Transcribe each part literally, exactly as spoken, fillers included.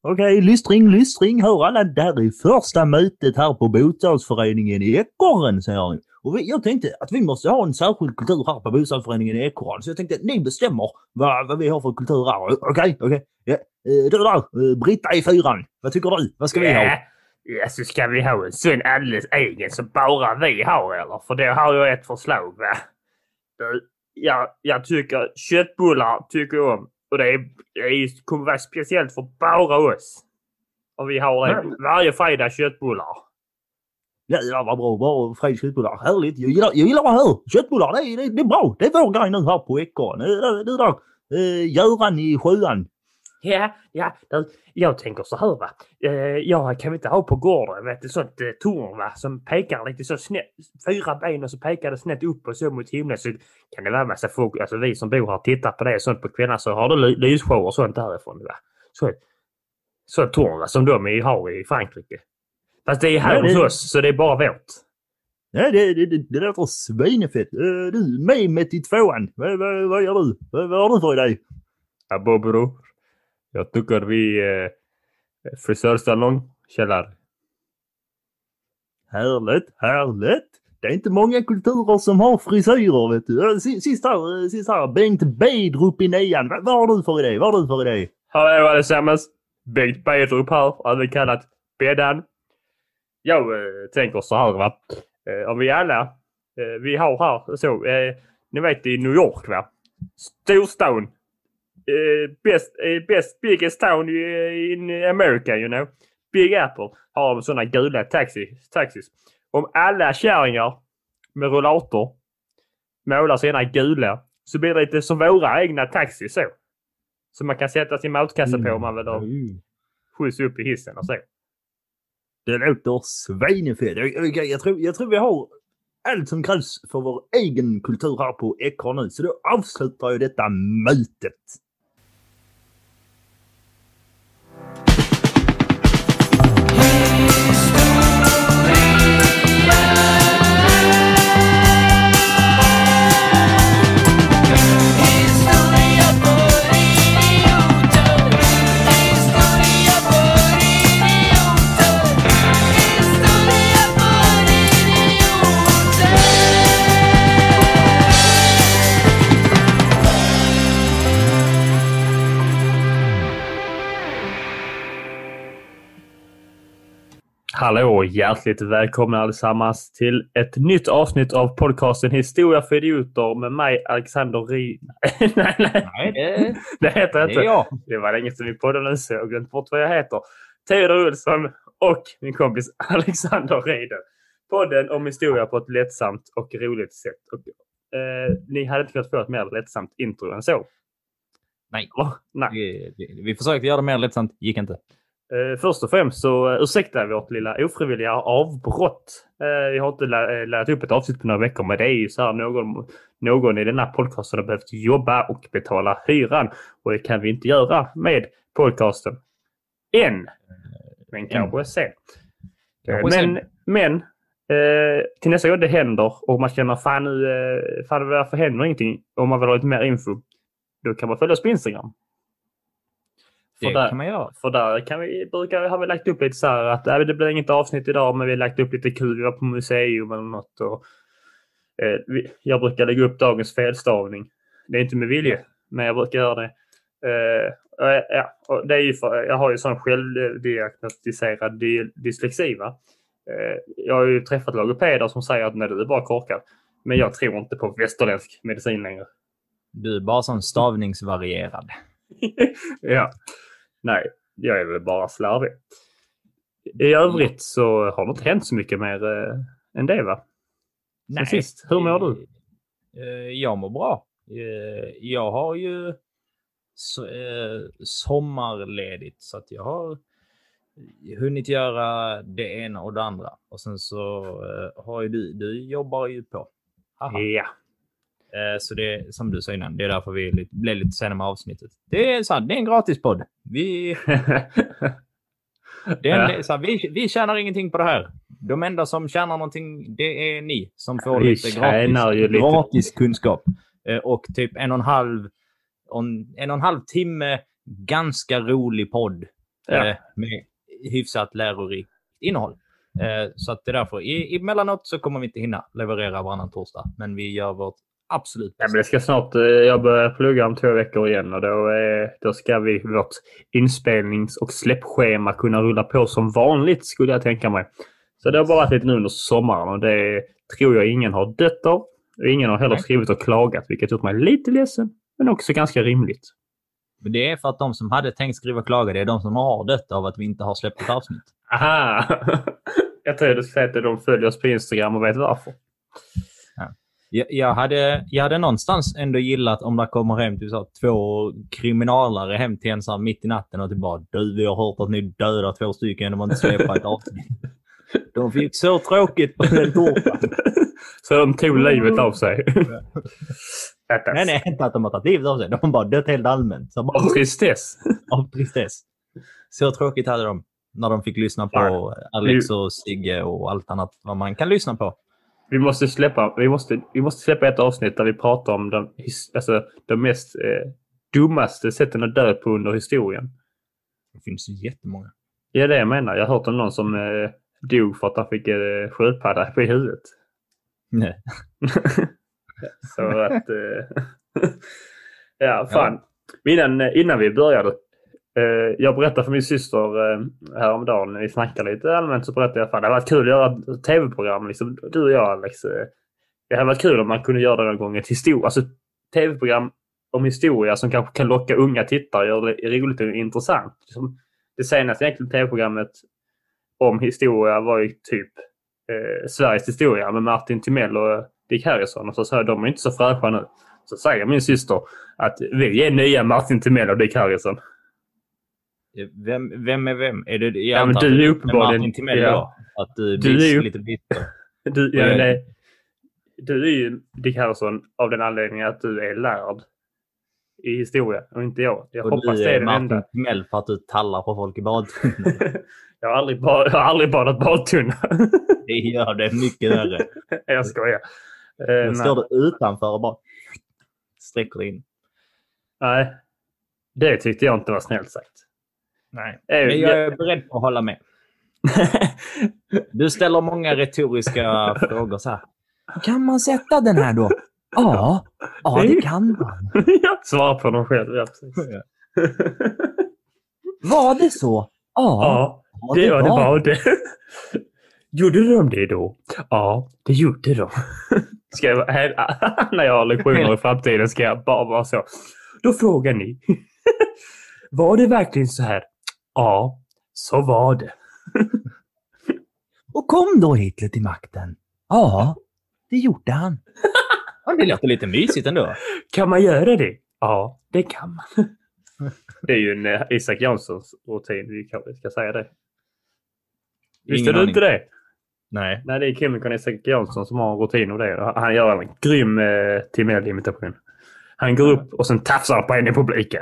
Okej, lystring, lystring, hör alla, det här är första mötet här på bostadsföreningen i Ekorren, säger ni. Och vi, jag tänkte att vi måste ha en särskild kultur här på bostadsföreningen i Ekorren, så jag tänkte att ni bestämmer vad, vad vi har för kultur här. Okej, okej. Ja. Du där, Britta i fyran, vad tycker du? Vad ska vi ha? Ja, ja, så ska vi ha en sån alldeles egen som bara vi har, eller? För det har jag ett förslag, va? Du, jag, jag tycker köttbullar tycker jag om. Och det, är, det kommer vara speciellt för bara oss. Och vi har det varje fredag köttbullar. Ja, ja, vad bra. Bra fredag köttbullar. Härligt. Jag gillar, jag gillar det här. Köttbullar, det är, det, det är bra. Det är vår grej nu här på Ekorren. Det, det där. Uh, Göran i sjuan. Ja, ja. Det, jag tänker så här, va. Uh, ja, kan vi inte ha på gården, vet du, sånt uh, torn, va, som pekar lite så snett. Fyra ben och så pekar det snett upp och så mot himlen. Så kan det vara massa folk, alltså vi som bor här tittar på det och sånt på kvällarna, så har det lysshow och sånt därifrån, va. Så, så torn, va, som de har i Frankrike. Fast det är här hos oss, så det är bara vårt. Ja, det, det, det, det låter svinefett. Uh, du, med med till tvåan. Vad, vad, vad gör du? Vad, vad har du för idé? Ja, Bobro. Jag tycker vi eh, frisörsalong, källare. Härligt, härligt. Det är inte många kulturer som har frisyrer, vet du. Sist här, sist här. Bengt Bedrup i nian. Vad, vad har du för idé? Vad har du för idé? Hallå allesammans. Bengt Bedrup här, även kallat Bedan. Jag eh, tänker så här, va. Eh, om vi alla, eh, vi har här, så, eh, ni vet i New York, va. Storstan. Uh, best, uh, best biggest town uh, in America, you know. Big Apple har sådana gula taxi, taxis. Om alla kärringar med rullator målar sina gula, så blir det lite som våra egna taxis, så. Så man kan sätta sin matkassa på om man vill ha skjuts upp i hissen och så. Det låter svinefett. Jag, jag, jag, tror, jag tror vi har allt som krävs för vår egen kultur här på Ekorren nu. Så då avslutar jag detta mötet. Hallå och hjärtligt välkomna allesammans till ett nytt avsnitt av podcasten Historia för idioter med mig, Alexander Ri... nej, nej, nej. Det, det heter inte. Det, är det var länge sedan vi poddade nu, så jag har glömt bort vad jag heter. Theodor Olsson och min kompis Alexander Reiden. Podden om historia på ett lättsamt och roligt sätt. Och, eh, ni hade inte kunnat få ett mer lättsamt intro än så. Nej, oh, nej. Vi, vi, vi försökte göra det mer lättsamt, gick inte. Uh, först och främst så uh, ursäkta vårt lilla ofrivilliga avbrott. Uh, vi har inte lä- lärt upp ett avsnitt på några veckor, men det är ju så här någon, någon i den här podcasten har behövt jobba och betala hyran. Och det kan vi inte göra med podcasten. Än. Men kanske sen. Uh, men men uh, till nästa gång det händer och man känner fan nu, uh, fan varför händer ingenting, om man vill ha lite mer info, då kan man följa oss på Instagram. Det för där, kan man göra. För där kan vi, brukar, har vi lagt upp lite så här att äh, det blir inget avsnitt idag, men vi har lagt upp lite kul. Vi var på museum eller något. Och, eh, vi, jag brukar lägga upp dagens felstavning. Det är inte med vilje, men jag brukar göra det. Eh, och, ja, och det är ju för, jag har ju sån självdiagnostiserad di, dyslexi, va? Eh, jag har ju träffat logopeder som säger att nej, du är bara korkad. Men jag tror inte på västerländsk medicin längre. Du är bara sån stavningsvarierad. Ja. Nej, jag är väl bara slarvig. I övrigt så har det inte hänt så mycket mer äh, än det, va? Nej. Sist. Hur mår du? Jag mår bra. Jag har ju så, eh, sommarledigt, så att jag har hunnit göra det ena och det andra. Och sen så eh, har ju du, du jobbar ju på. Aha. Ja. Så det, som du sa innan, det är därför vi lite, blev lite sena med avsnittet. Det är sant, det är en gratis podd. Vi, det är en, så här, vi, vi tjänar ingenting på det här. De enda som tjänar någonting, det är ni som får vi lite gratis, lite gratis kunskap. Och typ en och en halv, en och en halv timme ganska rolig podd Ja. Eh, med hyfsat lärorikt innehåll. Eh, så att det är därför. I, emellanåt så kommer vi inte hinna leverera varannan torsdag. Men vi gör vårt absolut Ja, bästa. men det ska snart, eh, jag börjar plugga om två veckor igen och då, eh, då ska vi vårt inspelnings- och släppschema kunna rulla på som vanligt skulle jag tänka mig. Så det har bara varit lite nu under sommaren och det tror jag ingen har dött av. Och ingen har heller Nej. skrivit och klagat, vilket gjort mig lite ledsen. Men också ganska rimligt. Men det är för att de som hade tänkt skriva och klaga, det är de som har dött av att vi inte har släppt ett avsnitt. Aha! Jag tror du säger att de följer oss på Instagram och vet varför. Jag, jag, hade, jag hade någonstans ändå gillat om det kommer hem till så här, två kriminalare hem till en så här, mitt i natten och typ bara du, vi har hört att ni dödar två stycken och man inte släpper ett avsnitt. De fick så tråkigt på den tårtan. Så de tog livet av sig. Nej, nej, inte att de har tagit livet av sig. De har bara dött helt allmänt. Så bara, Av tristess. av tristess. Så tråkigt hade de när de fick lyssna på Ja. Alex och Sigge och allt annat vad man kan lyssna på. Vi måste släppa, vi måste, vi måste släppa ett avsnitt där vi pratar om de, alltså, de mest eh, dummaste sätten att dö på under historien. Det finns ju jättemånga. Ja, det jag menar. Jag har hört om någon som eh, dog för att han fick eh, sköldpadda på i huvudet. Nej. Så att... Eh, ja, fan. Innan, innan vi började. Eh, jag berättade för min syster eh, häromdagen när vi snackade lite allmänt så berättade jag fan det hade varit kul att göra ett tv-program. Liksom, du och jag, Alex. Eh, det hade varit kul om man kunde göra det någon gång. Ett histor- alltså tv-program om historia som kanske kan locka unga tittare och göra det roligt och intressant. Liksom, det senaste egentligen tv-programmet om historia var ju typ eh, Sveriges historia med Martin Timell och Dick Harrison. Och så sa de är inte så fräscha nu. Så säger min syster att vi är nya Martin Timell och Dick Harrison. Vem, vem är vem? Är det, jag Ja, men antar du är att uppenbarligen... Martin Timell ja. då? Att du, Du är ju- lite bitter. Du, ja, jag- nej. Du är ju Dick Harrison av den anledningen att du är lärd i historia och inte jag. Jag Och hoppas du det är är den Martin enda. Timell för att du tallar på folk i badtunnan. jag, har aldrig bad, jag har aldrig badat badtunna. Det gör det mycket värre. jag skojar. Då Uh, står du utanför och bara sträcker in. nej, det tyckte jag inte var snällt sagt. Nej. Eh, Men jag är beredd på att hålla med. Du ställer många retoriska frågor så här. Kan man sätta den här då? Ja, ja det kan man. ja, svara på dem själv. Ja, precis. Var det så? Ja, Ja, det var det var det. Gjorde de det då? Ja, det gjorde de. Ska jag, här, när jag har lektioner i framtiden ska jag bara vara så. Då frågar ni. Var det verkligen så här? Ja, så var det. Och kom då Hitler till makten? Ja, det gjorde han. Ja, det låter lite mysigt ändå. Kan man göra det? Ja, det kan man. Det är ju en uh, Isak Janssons rutin, vi kan, ska säga det. Visste du inte det? Nej. Nej, det är komikern Isak Jansson som har en rutin av det. Han gör en grym eh, Timell-imitation. Han går upp och sen tafsar på en i publiken.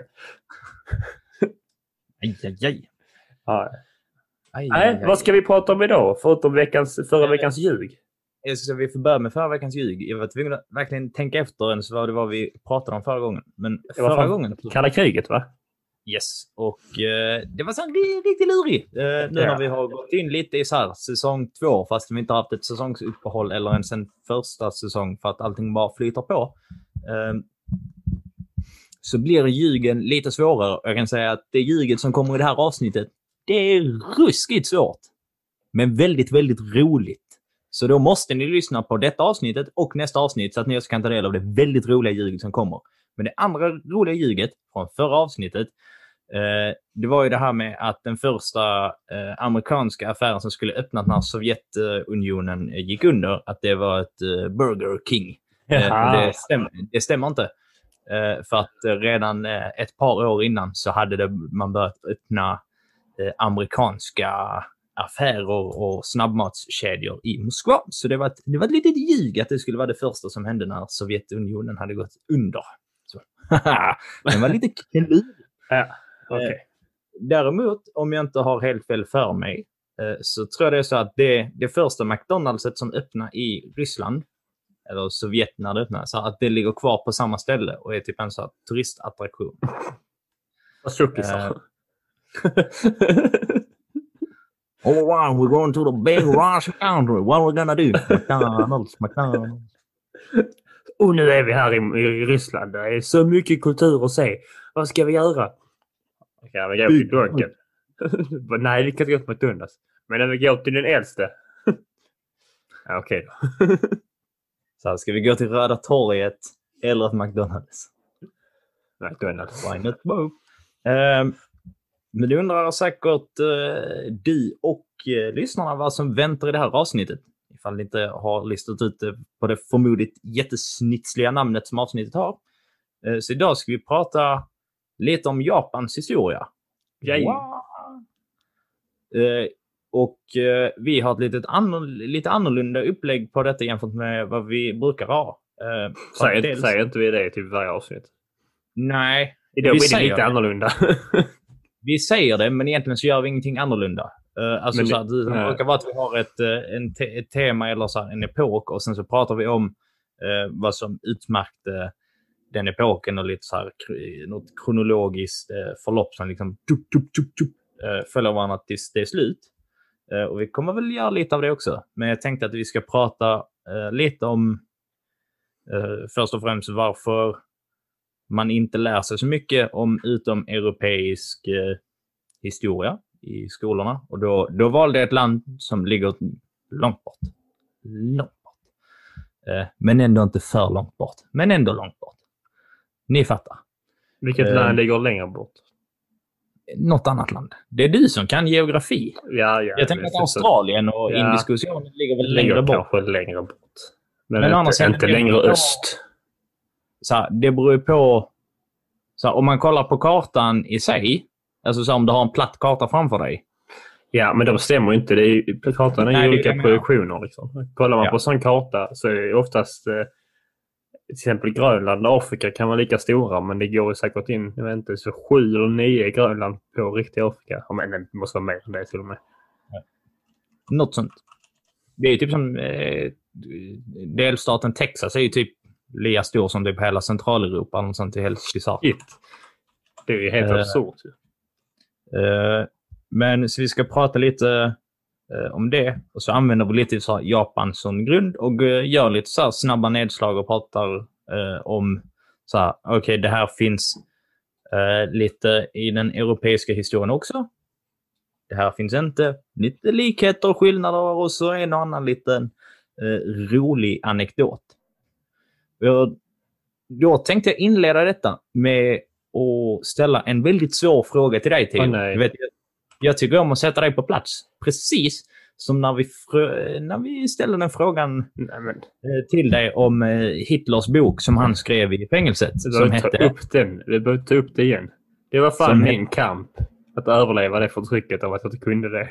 Aj, aj, aj. Ja. aj, Nej, aj, aj. vad ska vi prata om idag? Förutom veckans, förra veckans ljug. Jag ska säga, vi får börja med förra veckans ljug. Jag var tvungen att verkligen tänka efter ens vad det var vi pratade om förra gången. Men Det var förra fan gången... Kalla kriget, va? Yes. Och eh, det var så ri- riktigt lurig. Eh, nu Ja. när vi har gått in lite i så här, säsong två, fast vi inte har haft ett säsongsuppehåll eller ens en första säsong för att allting bara flyter på. Eh, så blir ljugen lite svårare. Jag kan säga att det ljuget som kommer i det här avsnittet, det är ruskigt svårt. Men väldigt, väldigt roligt. Så då måste ni lyssna på detta avsnittet och nästa avsnitt så att ni också kan ta del av det väldigt roliga ljuget som kommer. Men det andra roliga ljuget från förra avsnittet, eh, det var ju det här med att den första eh, amerikanska affären som skulle öppna när Sovjetunionen eh, gick under, att det var ett eh, Burger King. Eh, och det, stämmer, det stämmer inte. Eh, för att eh, redan eh, ett par år innan så hade det, man börjat öppna eh, amerikanska affärer och snabbmatskedjor i Moskva. Så det var ett, det var ett litet ljug att det skulle vara det första som hände när Sovjetunionen hade gått under. Så. Den var lite klurig. Ja, okej. Eh, däremot, om jag inte har helt fel för mig, eh, så tror jag det är så att det, det första McDonald'set som öppnade i Ryssland, eller Sovjet när det öppnade, så att det ligger kvar på samma ställe och är typ en sån här turistattraktion. Vad tjockisar. Eh, All right, we're going to the big Russian country. What are we gonna do? McDonald's, McDonald's. Och nu är vi här i, i Ryssland. Det är så mycket kultur att se. Vad ska vi göra? Okej, vi går till Dunken. Nej, vi kan inte gå till McDonald's. Men när vi går till den äldste. Ja, okej då. Så här, ska vi gå till Röda torget eller ett McDonald's? McDonald's. Why not both? Um, men du undrar säkert uh, du och uh, lyssnarna vad som väntar i det här avsnittet. Ifall ni inte har listat ut det på det förmodligt jättesnitsliga namnet som avsnittet har. Uh, så idag ska vi prata lite om Japans historia. Wow. Uh, och uh, vi har ett litet anor- lite annorlunda upplägg på detta jämfört med vad vi brukar ha. Uh, Säger dels... säger inte vi det till varje avsnitt? Nej. Idag vi blir det säger lite det. annorlunda. Vi säger det, men egentligen så gör vi ingenting annorlunda. Uh, alltså Men så det- att det nej. brukar vara att vi har ett, uh, en te- ett tema eller så här, en epok och sen så pratar vi om uh, vad som utmärkte den epoken och lite så här kr- något kronologiskt uh, förlopp som liksom tup, tup, tup, tup, uh, följer varandra tills det är slut. Uh, och vi kommer väl göra lite av det också. Men jag tänkte att vi ska prata uh, lite om uh, först och främst varför man inte lär sig så mycket om utom europeisk uh, historia i skolorna. Och då, då valde jag ett land som ligger långt bort. Långt bort. Eh, men ändå inte för långt bort. Men ändå långt bort. Ni fattar. Vilket Eh. land ligger längre bort? Något annat land. Det är du som kan geografi. Ja, ja. Jag tänker det att är så- Australien och Ja. Indiska oceanen ligger väl ligger längre bort. kanske längre bort. Men, Men inte, annars är det inte längre längre bort. öst. Så här, det beror ju på... Så här, om man kollar på kartan i sig. Alltså så här, om du har en platt karta framför dig. Ja, men de stämmer ju inte. Det är, ju- kartan är Nej, ju det olika kan man projektioner. Liksom. Kollar man Ja. på en sån karta så är det oftast eh, till exempel Grönland och Afrika kan vara lika stora, men det går ju säkert in, jag vet inte, så sju eller nio Grönland på riktiga Afrika. Ja, men det måste vara mer än det till och med. Något sånt. Det är ju typ som eh, delstaten Texas är ju typ lika stor som typ hela Centraleuropa eller något sånt i helst i sak. Shit. Det är ju helt Eh. absurt ju. Eh, men så vi ska prata lite eh, om det och så använder vi lite så här Japan som grund och eh, gör lite så här snabba nedslag och pratar eh, om så här, okej, okay, det här finns eh, lite i den europeiska historien också. Det här finns inte. Lite likheter och skillnader och så en och annan liten eh, rolig anekdot. Och då tänkte jag inleda detta med att ställa en väldigt svår fråga till dig, Theo. Åh, nej. Du vet, jag, jag tycker om att sätta dig på plats. Precis som när vi, frö, när vi ställde den frågan Nej, men, eh, till dig om eh, Hitlers bok som han skrev i fängelset. du Som behöver ta hette... upp den. Du behöver ta upp det igen. Det var fan Som min hette- kamp. Att överleva det förtrycket av att jag inte kunde det.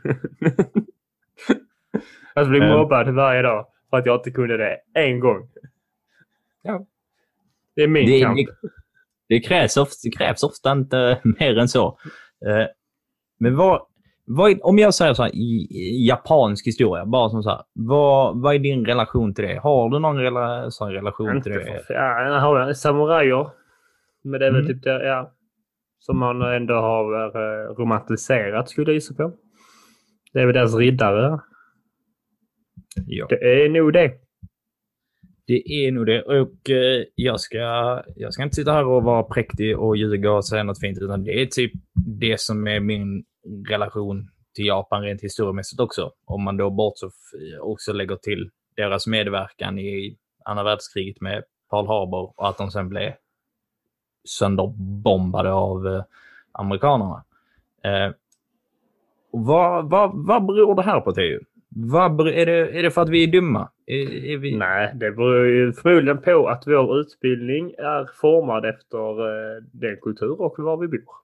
Att bli Mm. mobbad varje dag för att jag inte kunde det en gång. Ja. Det är min Det, kamp. det, det, krävs ofta, det krävs ofta inte mer än så. Eh, men vad, vad är, om jag säger så här i, i japansk historia, bara som så här, vad, vad är din relation till det? Har du någon rela, så här relation till Inte det? för, ja, jag har samurajer. Men det är väl Mm. typ det, ja. Som man ändå har eh, romantiserat, skulle jag gissa på. Det är väl deras riddare. Ja. Det är nog det. Det är nog det. Och eh, jag, ska, jag ska inte sitta här och vara präktig och ljuga och säga något fint, utan det är typ det som är min relation till Japan rent historiemässigt också. Om man då bort så f- också lägger till deras medverkan i andra världskriget med Pearl Harbor och att de sen blev sönderbombade av eh, amerikanerna. Eh, och vad, vad, vad beror det här på, Theo? Vad beror, är, det, är det för att vi är dumma? Är, är vi... Nej, det beror ju förmodligen på att vår utbildning är formad efter eh, den kultur och var vi bor.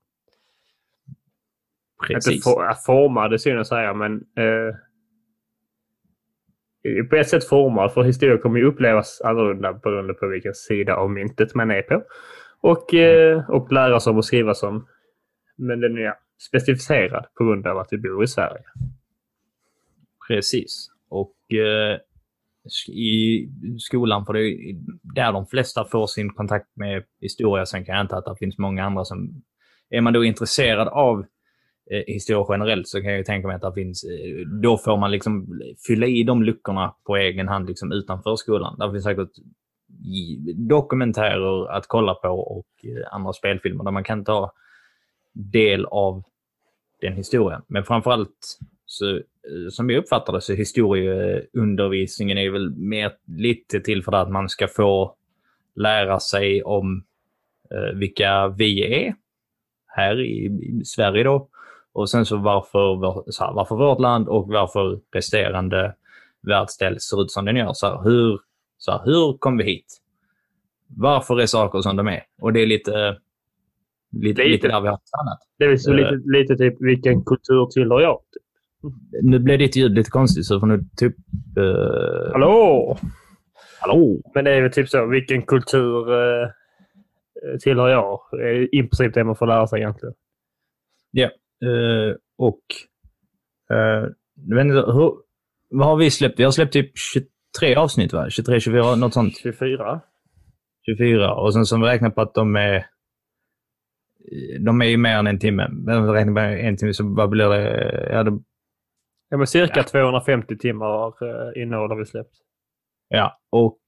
Precis. Inte for, formad, det syns att säga, men eh, på ett sätt formad, för historia kommer ju upplevas annorlunda beroende på vilken sida av myntet man är på. Och, eh, och lära sig om att skriva som. Men den är specificerad på grund av att vi bor i Sverige. Precis. Och eh, i skolan, för det är där de flesta får sin kontakt med historia. Sen kan jag anta att det finns många andra som... Är man då intresserad av eh, historia generellt så kan jag ju tänka mig att det finns, eh, då får man liksom fylla i de luckorna på egen hand liksom utanför skolan. Där finns säkert dokumentärer att kolla på och eh, andra spelfilmer där man kan ta del av den historien. Men framförallt så, som jag uppfattar det, så historieundervisningen är väl mer lite till för att man ska få lära sig om eh, vilka vi är här i, i Sverige då. Och sen så varför, så här, varför vårt land och varför resterande världsdel ser ut som den gör. Så här, hur, så här, hur kom vi hit? Varför är saker som de är? Och det är lite, lite, lite, lite där vi har stannat. Det är så lite, lite typ vilken kultur tillhör jag? Typ. Nu blev ditt ljud lite konstigt så får nu typ... Uh... Hallå! Hallå! Men det är väl typ så, vilken kultur uh, tillhör jag? I princip det man får lära sig egentligen. Ja, uh, och... Uh, men, hur, vad har vi släppt? Vi har släppt typ tjugotre avsnitt, va? tjugotre, tjugofyra, något sånt. tjugofyra. tjugofyra. Och sen som vi räknar på att de är... De är ju mer än en timme. Men vi räknar med en timme så vad blir det? Ja, det... Ja, men cirka ja. tvåhundrafemtio timmar uh, innehåll har vi släppt. Ja, och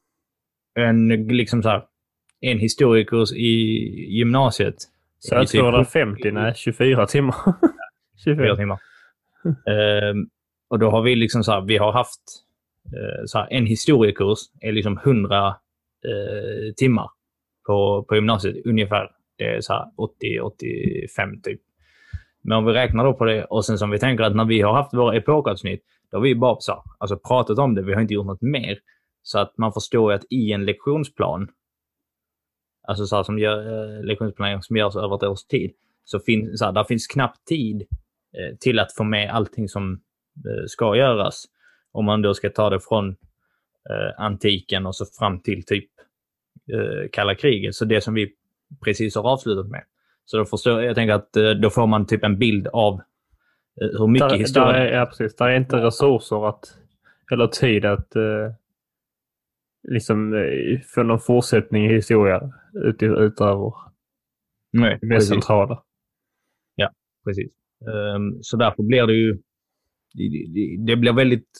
en liksom så här, en historiekurs i gymnasiet. Så tvåhundrafemtio, typ, nej, tjugofyra timmar. tjugofyra timmar. um, och då har vi liksom så här, vi har haft uh, så här, en historiekurs är liksom hundra uh, timmar på, på gymnasiet ungefär. Det är så här åttio till åttiofem typ. Men om vi räknar då på det och sen som vi tänker att när vi har haft våra epokavsnitt då har vi bara så, alltså pratat om det, vi har inte gjort något mer. Så att man förstår att i en lektionsplan, alltså så här, som gör, eh, lektionsplanering som görs över ett års tid, så finns, så här, där finns knappt tid eh, till att få med allting som eh, ska göras. Om man då ska ta det från eh, antiken och så fram till typ eh, kalla kriget. Så det som vi precis har avslutat med. Så då förstår jag, tänker att eh, då får man typ en bild av hur mycket där, historia... Där är, ja, precis. Där är inte resurser att, eller tid att eh, liksom eh, få någon fortsättning i historia ut, utöver Nej, det mest centrala. Ja, precis. Um, så därför blir det ju det, det, det blir väldigt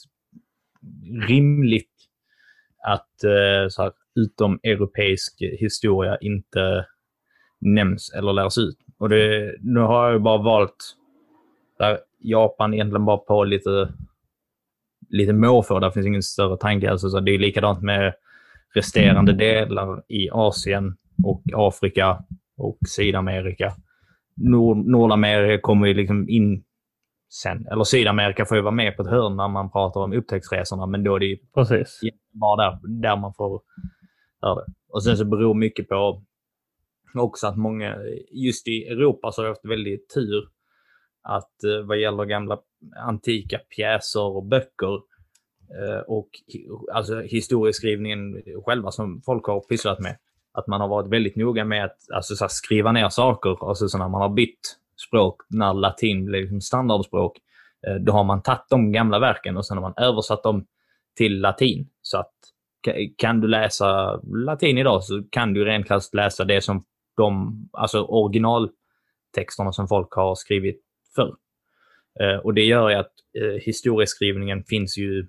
rimligt att uh, så här, utom europeisk historia inte nämns eller lärs ut. Och det, nu har jag bara valt där Japan egentligen bara på lite lite måför. Där finns ingen större tanke. Alltså, så det är likadant med resterande delar i Asien och Afrika och Sydamerika. Nord, Nordamerika kommer ju liksom in sen. Eller Sydamerika får ju vara med på ett hörn när man pratar om upptäcktsresorna. Men då är det ju precis bara där, där man får höra det. Och sen så beror mycket på också att många, just i Europa så har jag haft väldigt tur att eh, vad gäller gamla antika pjäser och böcker eh, och alltså historieskrivningen själva som folk har pysslat med, att man har varit väldigt noga med att alltså, så här, skriva ner saker. Alltså, så när man har bytt språk, när latin blev liksom standardspråk, eh, då har man tagit de gamla verken och sen har man översatt dem till latin. Så att kan du läsa latin idag så kan du rent krasst läsa det som de, alltså originaltexterna som folk har skrivit förr. Eh, och det gör ju att eh, historieskrivningen finns ju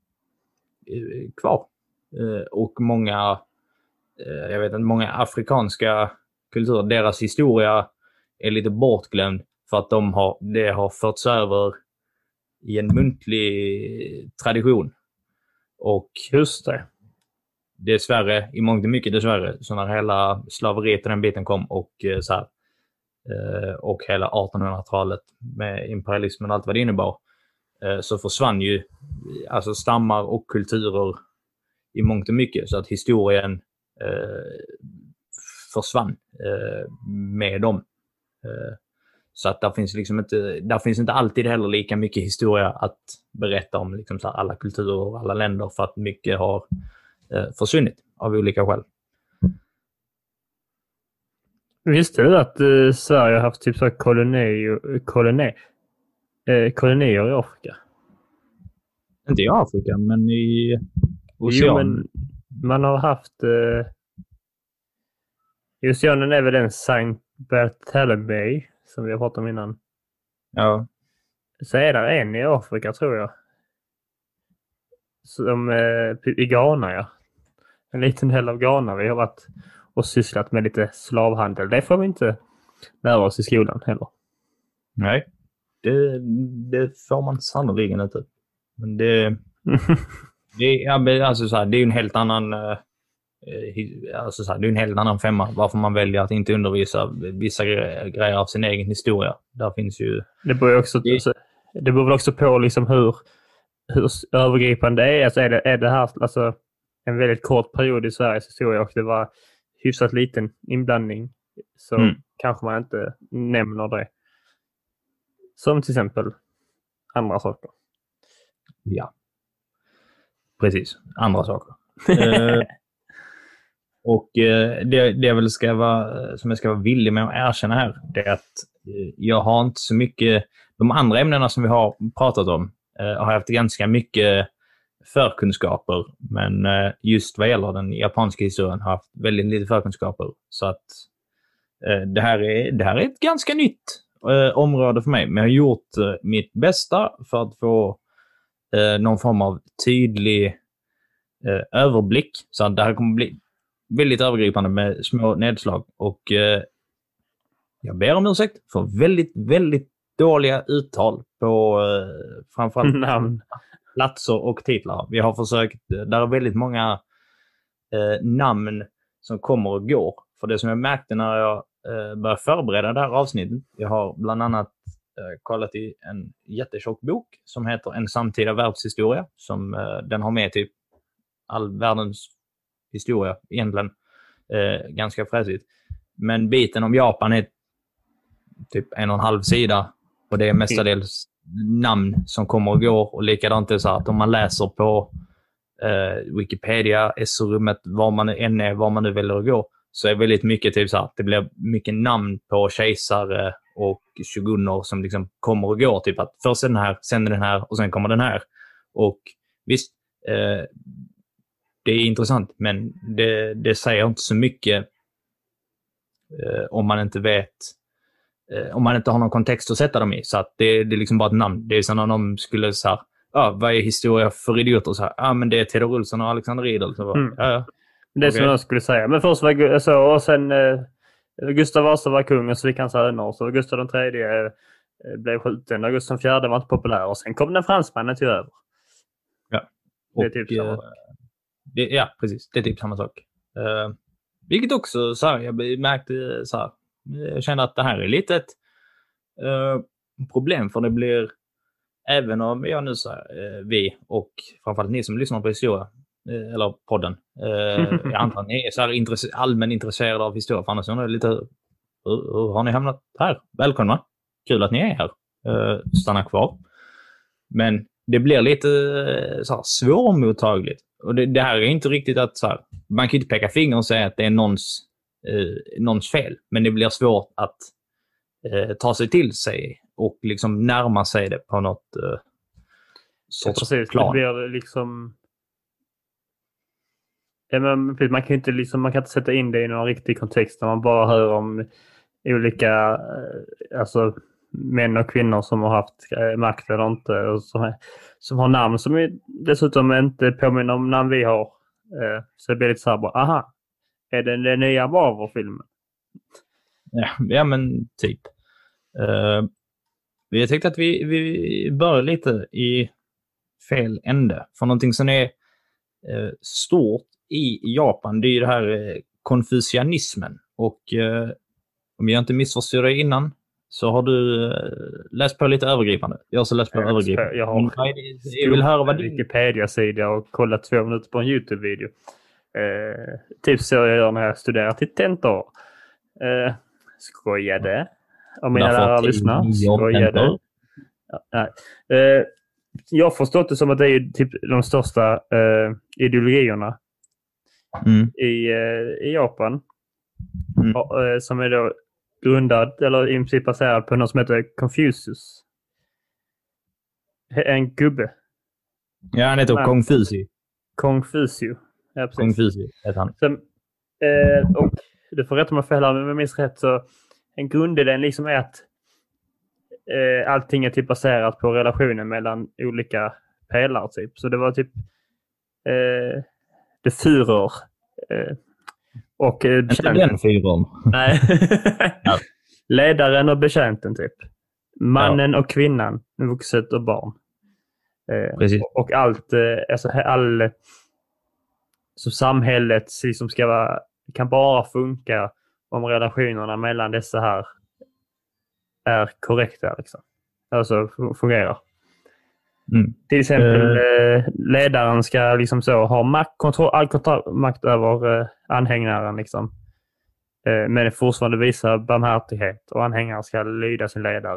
eh, kvar. Eh, och många, eh, jag vet inte, många afrikanska kulturer, deras historia är lite bortglömd för att de har, det har förts över i en muntlig tradition. Och just det. Dessvärre, i mångt och mycket dessvärre, så när hela slaveriet och den biten kom och så här, och hela artonhundratalet med imperialismen och allt vad det innebar, så försvann ju alltså stammar och kulturer i mångt och mycket, så att historien eh, försvann eh, med dem. Eh, så att där finns liksom inte, där finns inte alltid heller lika mycket historia att berätta om liksom så här, alla kulturer och alla länder, för att mycket har eh, försvunnit av olika skäl. Visste du att eh, Sverige har haft typ så här kolonier, kolonier, eh, kolonier i Afrika? Inte i Afrika, men i Ocean. Jo, men man har haft... Eh, i Oceanen är väl den Saint Barthélemy som vi har pratat om innan. Ja. Så är det en i Afrika tror jag. Som eh, i Ghana, ja. En liten del av Ghana. Vi har varit och sysslat med lite slavhandel. Det får vi inte lära oss i skolan heller. Nej, det, det får man sannoliken inte. Men det, det, är, alltså så här, det är en helt annan eh, alltså så här, det är en helt annan femma. Varför man väljer att inte undervisa vissa grejer av sin egen historia. Där finns ju... Det beror också, det, alltså, det beror väl också på liksom hur, hur övergripande det är. Alltså är, det, är det här alltså, en väldigt kort period i Sveriges historia och det var hyfsat liten inblandning så mm. kanske man inte nämner det. Som till exempel andra saker. Ja. Precis. Andra saker. eh, och eh, det, det jag väl ska vara, som jag ska vara villig med att erkänna här, det är att eh, jag har inte så mycket, de andra ämnena som vi har pratat om eh, har haft ganska mycket förkunskaper, men eh, just vad gäller den japanska historien har haft väldigt lite förkunskaper. Så att eh, det, här är, det här är ett ganska nytt eh, område för mig, men jag har gjort eh, mitt bästa för att få eh, någon form av tydlig eh, överblick. Så att det här kommer bli väldigt övergripande med små nedslag. Och eh, jag ber om ursäkt för väldigt, väldigt dåliga uttal på eh, framförallt namn, platser och titlar. Vi har försökt, där är väldigt många eh, namn som kommer och går. För det som jag märkte när jag eh, började förbereda det här avsnittet, jag har bland annat eh, kollat i en jättetjock bok som heter En samtida världshistoria, som eh, den har med typ all världens historia egentligen, eh, ganska fräsigt. Men biten om Japan är typ en och en halv sida och det är mestadels namn som kommer och går, och likadant är det så att om man läser på eh, Wikipedia, S O-rummet, var man än är, var man nu väljer att gå, så är väldigt mycket typ så att det blir mycket namn på kejsare och shoguner som liksom kommer och går, typ att först är den här, sen är den här och sen kommer den här. Och visst, eh, det är intressant, men det, det säger inte så mycket eh, om man inte vet eh, om man inte har någon kontext att sätta dem i. Så att det, det är liksom bara ett namn. Det är som om de skulle säga, ah, vad är historia för idioter? Så här, ah, men det är Theodor Olsson och Alexander Riedel. Så bara, mm. ja, ja. Det är okay. Som jag skulle säga. Men först var så, och sen eh, Gustav Vasa var kung och så fick han söner. Så Gustav den tredje eh, blev skjuten och Gustav den fjärde var inte populär. Och sen kom den fransmannen till över. Ja. Och, det är typ samma. Det, ja, precis. Det är typ samma sak. Uh, vilket också, så här, jag märkte så här, jag kände att det här är lite ett uh, problem, för det blir, även om jag nu så här, uh, vi och framförallt ni som lyssnar på historia, uh, eller podden, uh, jag antar att ni är så här intresse- allmän intresserade av historia, för annars undrar jag lite, hur, hur har ni hamnat här? Välkomna! Kul att ni är här. Uh, stanna kvar. Men det blir lite så här, svårmottagligt. Och det, det här är inte riktigt att så här, man kan inte peka finger och säga att det är någons, eh, någons fel. Men det blir svårt att eh, ta sig till sig och liksom närma sig det på något eh, sorts ja, precis. plan. Det blir liksom... Ja, men, man kan inte liksom, man kan inte sätta in det i någon riktig kontext när man bara hör om olika eh, alltså män och kvinnor som har haft eh, makt eller inte, och som, som har namn som är, dessutom inte påminner om namn vi har. Eh, så det blir lite så här bara, aha, är det den nya Marvel-filmen? Ja, ja, men typ. Uh, jag tänkte att vi, vi börjar lite i fel ände. För någonting som är uh, stort i Japan, det är ju det här uh, konfucianismen. Och uh, om jag inte missförstår det innan, så har du uh, läst på lite övergripande. Jag har också läst på jag övergripande. Jag har jag vill höra vad din Wikipedia-sida och kollat två minuter på en YouTube-video. Uh, typ så jag gör när jag studerar till tentor. Uh, skojade. Om mina lärare lyssnar. Skojade. Ja, nej. Uh, jag har förstått det som att det är typ de största uh, ideologierna mm. i, uh, i Japan. Mm. Och, uh, som är då grundad, eller i princip baserad på något som heter Confucius. En gubbe. Ja, han heter Konfucius. Konfucius. Ja, precis. Konfucius heter han. Som, uh, och du får rätta mig fel här, men om jag minns rätt så en grundidén liksom är att eh, allting är typ baserat på relationen mellan olika pelare typ. Så det var typ eh, det Führer eh, och eh, Inte den fyren. Nej. Ja. Ledaren och betjänten typ. Mannen ja. och kvinnan, vuxet och barn. Eh, Precis. Och, och allt, eh, alltså all så samhället liksom ska vara, kan bara funka om relationerna mellan dessa här är korrekta liksom. Alltså fungerar. Mm. Till exempel uh, ledaren ska liksom så ha makt, kontroll, all kontroll, makt över uh, anhängaren liksom. Uh, men fortfarande visa barmhärtighet och anhängaren ska lyda sin ledare.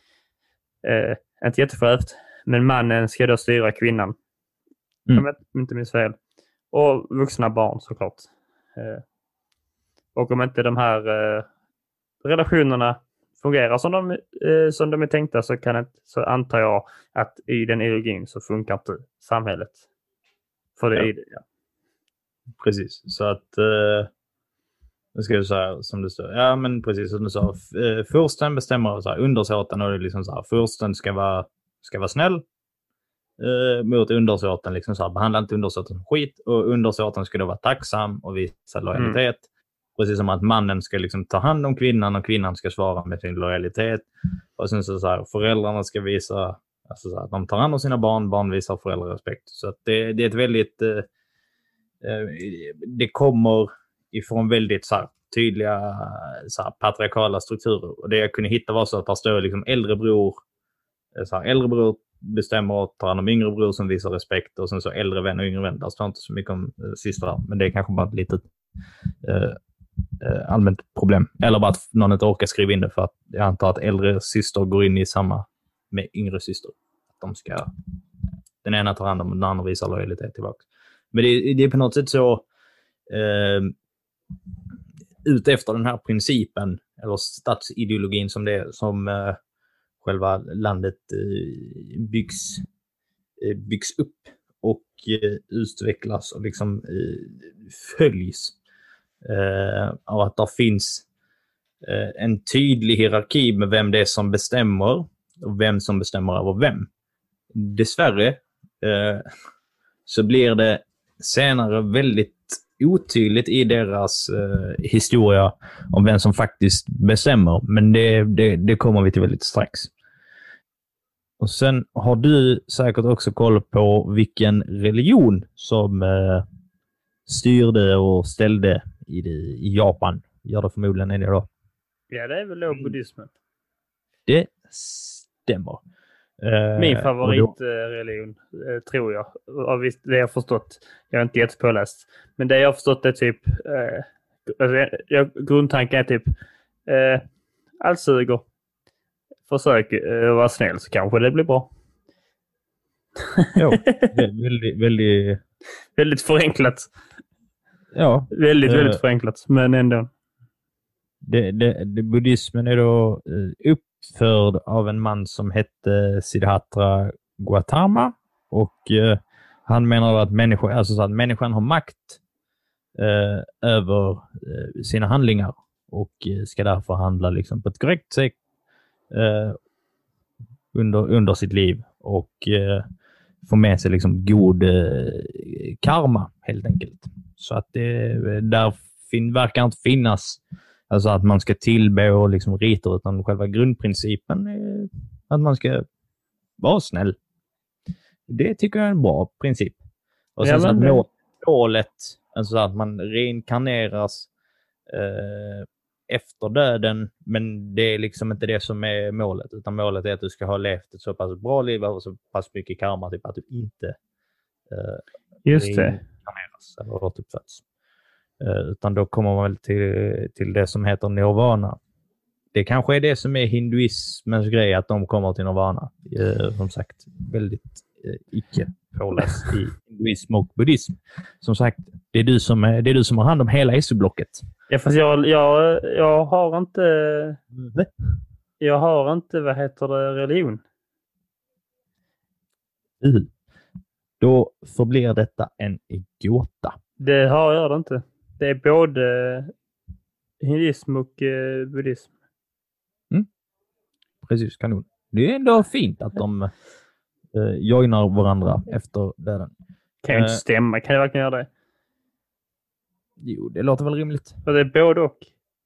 Uh, inte jättefrävt, men mannen ska då styra kvinnan. Mm. Om jag inte minns fel. Och vuxna barn såklart. Uh, och om inte de här uh, relationerna fungerar som de, eh, som de är tänkta så, kan det, så antar jag att i den ideologin så funkar inte samhället. För det ja. är det, ja. Precis, så att eh, nu ska jag säga som det står. Ja, men precis som du sa. Eh, fursten bestämmer så här, undersåten och det är liksom så här, fursten ska vara, ska vara snäll eh, mot undersåten, liksom så här, behandla inte undersåten som skit, och undersåten ska då vara tacksam och visa lojalitet. Mm. Precis som att mannen ska liksom ta hand om kvinnan och kvinnan ska svara med sin lojalitet. Och sen så, så här, föräldrarna ska visa alltså så här, att de tar hand om sina barn, barn visar föräldrarespekt. Så att det, det är ett väldigt eh, eh, det kommer ifrån väldigt så här, tydliga så här, patriarkala strukturer. Och det jag kunde hitta var så att det står liksom äldre bror så här, äldre bror bestämmer och tar hand om yngre bror som visar respekt, och sen så äldre vän och yngre vän. Det står inte så mycket om eh, systrar, men det är kanske bara ett litet eh, Uh, allmänt problem. Eller bara att någon inte orkar skriva in det, för att jag antar att äldre syster går in i samma med yngre syster. Att de ska, den ena tar hand om den andra visar lojalitet tillbaka. Men det, det är på något sätt så uh, ut efter den här principen eller statsideologin som det är, som uh, själva landet uh, byggs, uh, byggs upp och uh, utvecklas och liksom uh, följs. Uh, av att det finns uh, en tydlig hierarki med vem det är som bestämmer och vem som bestämmer över vem. Dessvärre uh, så blir det senare väldigt otydligt i deras uh, historia om vem som faktiskt bestämmer, men det, det, det kommer vi till väldigt strax. Och sen har du säkert också koll på vilken religion som uh, styrde och ställde i, det, i Japan. Gör det förmodligen är det då. Ja, det är väl då buddhismen. Det stämmer. Min favoritreligion, då... tror jag. Av det jag har förstått. Jag är inte jättepåläst. Men det jag har förstått är typ eh, alltså, jag, grundtanken är typ eh, allt suger. Försök eh, vara snäll så kanske det blir bra. Jo, väldigt, väldigt... väldigt förenklat. Ja. Väldigt, väldigt uh, förenklat, men ändå. Det, det, det, buddhismen är då uh, uppförd av en man som hette Siddhartha Gautama, och uh, han menar att människor, alltså så att människan har makt uh, över uh, sina handlingar och uh, ska därför handla liksom på ett korrekt sätt uh, under, under sitt liv och uh, få med sig liksom god uh, karma helt enkelt. Så att det där fin, verkar inte finnas alltså att man ska tillbe och liksom rita, utan själva grundprincipen är att man ska vara snäll. Det tycker jag är en bra princip. Och sen ja, så att må, målet, alltså att man reinkarneras eh, efter döden, men det är liksom inte det som är målet, utan målet är att du ska ha levt ett så pass bra liv och så pass mycket karma typ att du inte eh, just det eller återuppföds. Uh, utan då kommer man väl till, till det som heter nirvana. Det kanske är det som är hinduismens grej, att de kommer till nirvana. Uh, som sagt, väldigt uh, icke påläst i hinduism och buddhism. Som sagt, det är du som, är, det är du som har hand om hela S U-blocket. Ja, fast jag, jag, jag har inte... Mm. Jag har inte, vad heter det, religion. Uh. Då förblir detta en gåta. Det har jag det inte. Det är både hinduism och eh, buddhism. Mm. Precis, kanon. det är ändå fint att de eh, joinar varandra efter döden. Kan ju inte Eh, stämma. Kan jag verkligen göra det? Jo, det låter väl rimligt. För det är både och.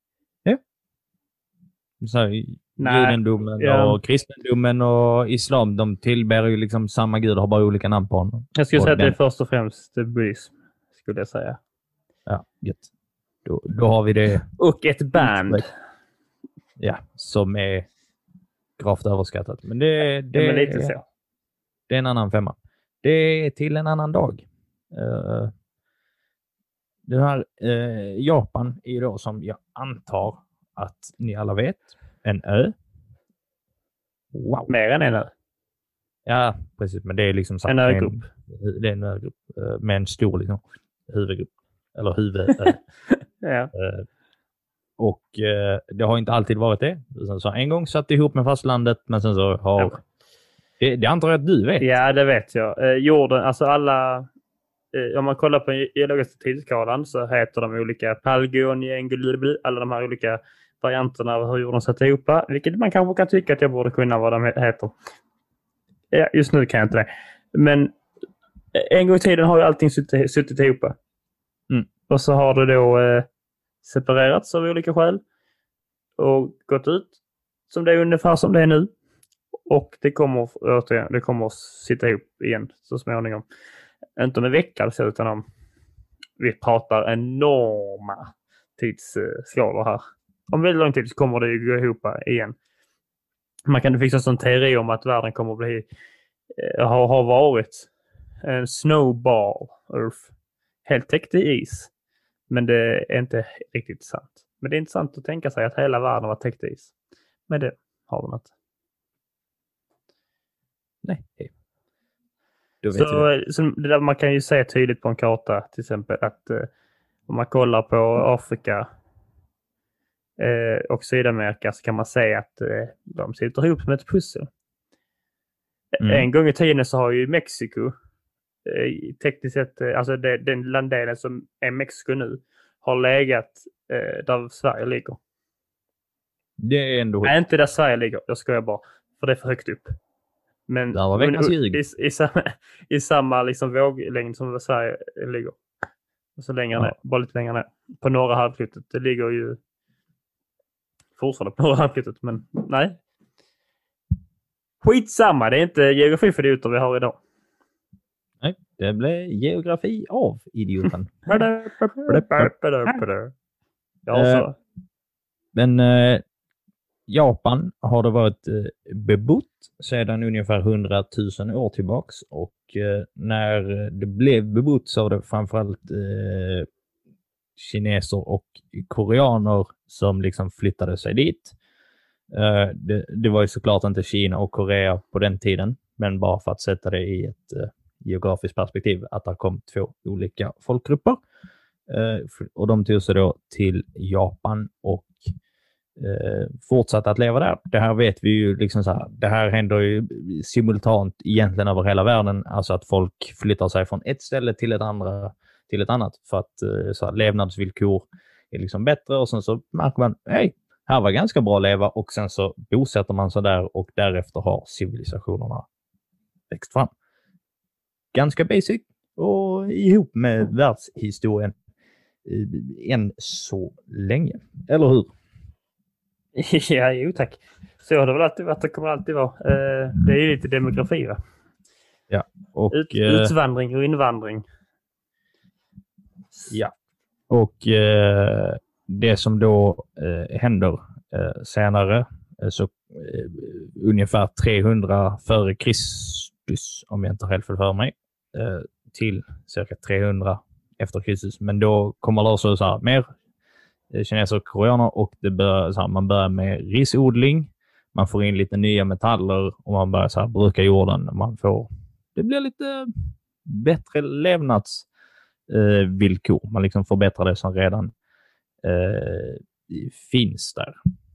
Så här, Nej, judendomen ja. och kristendomen och islam, de tillber ju liksom samma gud och har bara olika namn på honom. Jag skulle Och säga att det den- är först och främst buddhism. Skulle jag säga. Ja, gött. Då, då har vi det. Och ett band. Ja, som är gravt överskattat. Men det, det, Det är lite så. det är en annan femma. Det är till en annan dag. Uh, det här uh, Japan är ju då, som jag antar att ni alla vet, en ö. Wow. Mer än en ö. Ja, precis. Men det är liksom sagt En med ögrupp. Det är en ögrupp uh, med en stor liksom, huvudgrupp. Eller huvud. Ja. Uh, och uh, det har inte alltid varit det. Så, så en gång satt ihop med fastlandet, men sen så har... Ja. Det, det antar jag att du vet. Ja, det vet jag. Eh, jorden, alltså alla... Eh, om man kollar på den geologiska tidsskalan så heter de olika Palgon, alla de här olika varianterna av hur jorden satt ihop. Vilket man kanske kan tycka att jag borde kunna vad de heter. Ja, just nu kan jag inte det. Men en gång i tiden har ju allting suttit, suttit ihop. Mm. Och så har det då eh, separerats av olika skäl. Och gått ut som det är ungefär som det är nu. Och det kommer, återigen, det kommer att sitta ihop igen så småningom. Inte om en vecka alltså, utan om vi pratar enorma tidsskalor här. Om väldigt lång tid så kommer det ju gå ihop igen. Man kan fixa en sån teori om att världen kommer att bli, eh, har, har varit en snowball earth. Helt täckt i is. Men det är inte riktigt sant. Men det är intressant att tänka sig att hela världen var täckt i is. Men det har den inte. Nej. Då vet Så, jag. så det där man kan ju se tydligt på en karta till exempel att eh, om man kollar på Afrika eh, och Sydamerika så kan man se att eh, de sitter ihop som ett pussel. Mm. En gång i tiden så har ju Mexiko eh, tekniskt sett, eh, alltså det, den landdelen som är Mexiko nu har legat eh, där Sverige ligger. Det är ändå... Nej, inte där Sverige ligger, jag skojar bara, för det är för högt upp. Men, Där var veckans men ljug. i, i samma, i samma liksom våglängd som Sverige ligger. Och så längre Ja. ner, bara lite längre ner. På norra halvklotet. Det ligger ju fortfarande på norra halvklotet, men nej. Skitsamma, det är inte geografi för idioter vi har idag. Nej, det blev geografi av idioten. Ja, så. Men eh, Japan har det varit eh, bebott sedan ungefär hundratusen år tillbaks, och eh, när det blev bebott så var det framförallt eh, kineser och koreaner som liksom flyttade sig dit. Eh, det, det var ju såklart inte Kina och Korea på den tiden, men bara för att sätta det i ett eh, geografiskt perspektiv, att det kom två olika folkgrupper. Eh, och de tog sig då till Japan och Eh, fortsatt att leva där. Det här vet vi ju liksom så här, det här händer ju simultant egentligen över hela världen, alltså att folk flyttar sig från ett ställe till ett andra till ett annat för att eh, så här, levnadsvillkor är liksom bättre, och sen så märker man, hej, här var ganska bra att leva, och sen så bosätter man sig där och därefter har civilisationerna växt fram. Ganska basic och ihop med världshistorien eh, än så länge. Eller hur? Ja, jo tack. Så har det väl alltid varit, det kommer alltid vara. Eh, det är ju lite demografi, va? Ja. Och, Ut, eh, utvandring och invandring. Ja. Och eh, det som då eh, händer eh, senare, eh, så eh, ungefär trehundra före Kristus, om jag inte har helt fel för mig, eh, till cirka trehundra efter Kristus. Men då kommer det också så här, mer kineser och koreaner, och det bör, så här, man börjar med risodling, man får in lite nya metaller och man börjar så här, bruka jorden. Man får, det blir lite bättre levnadsvillkor. Eh, man liksom förbättrar det som redan eh, finns där.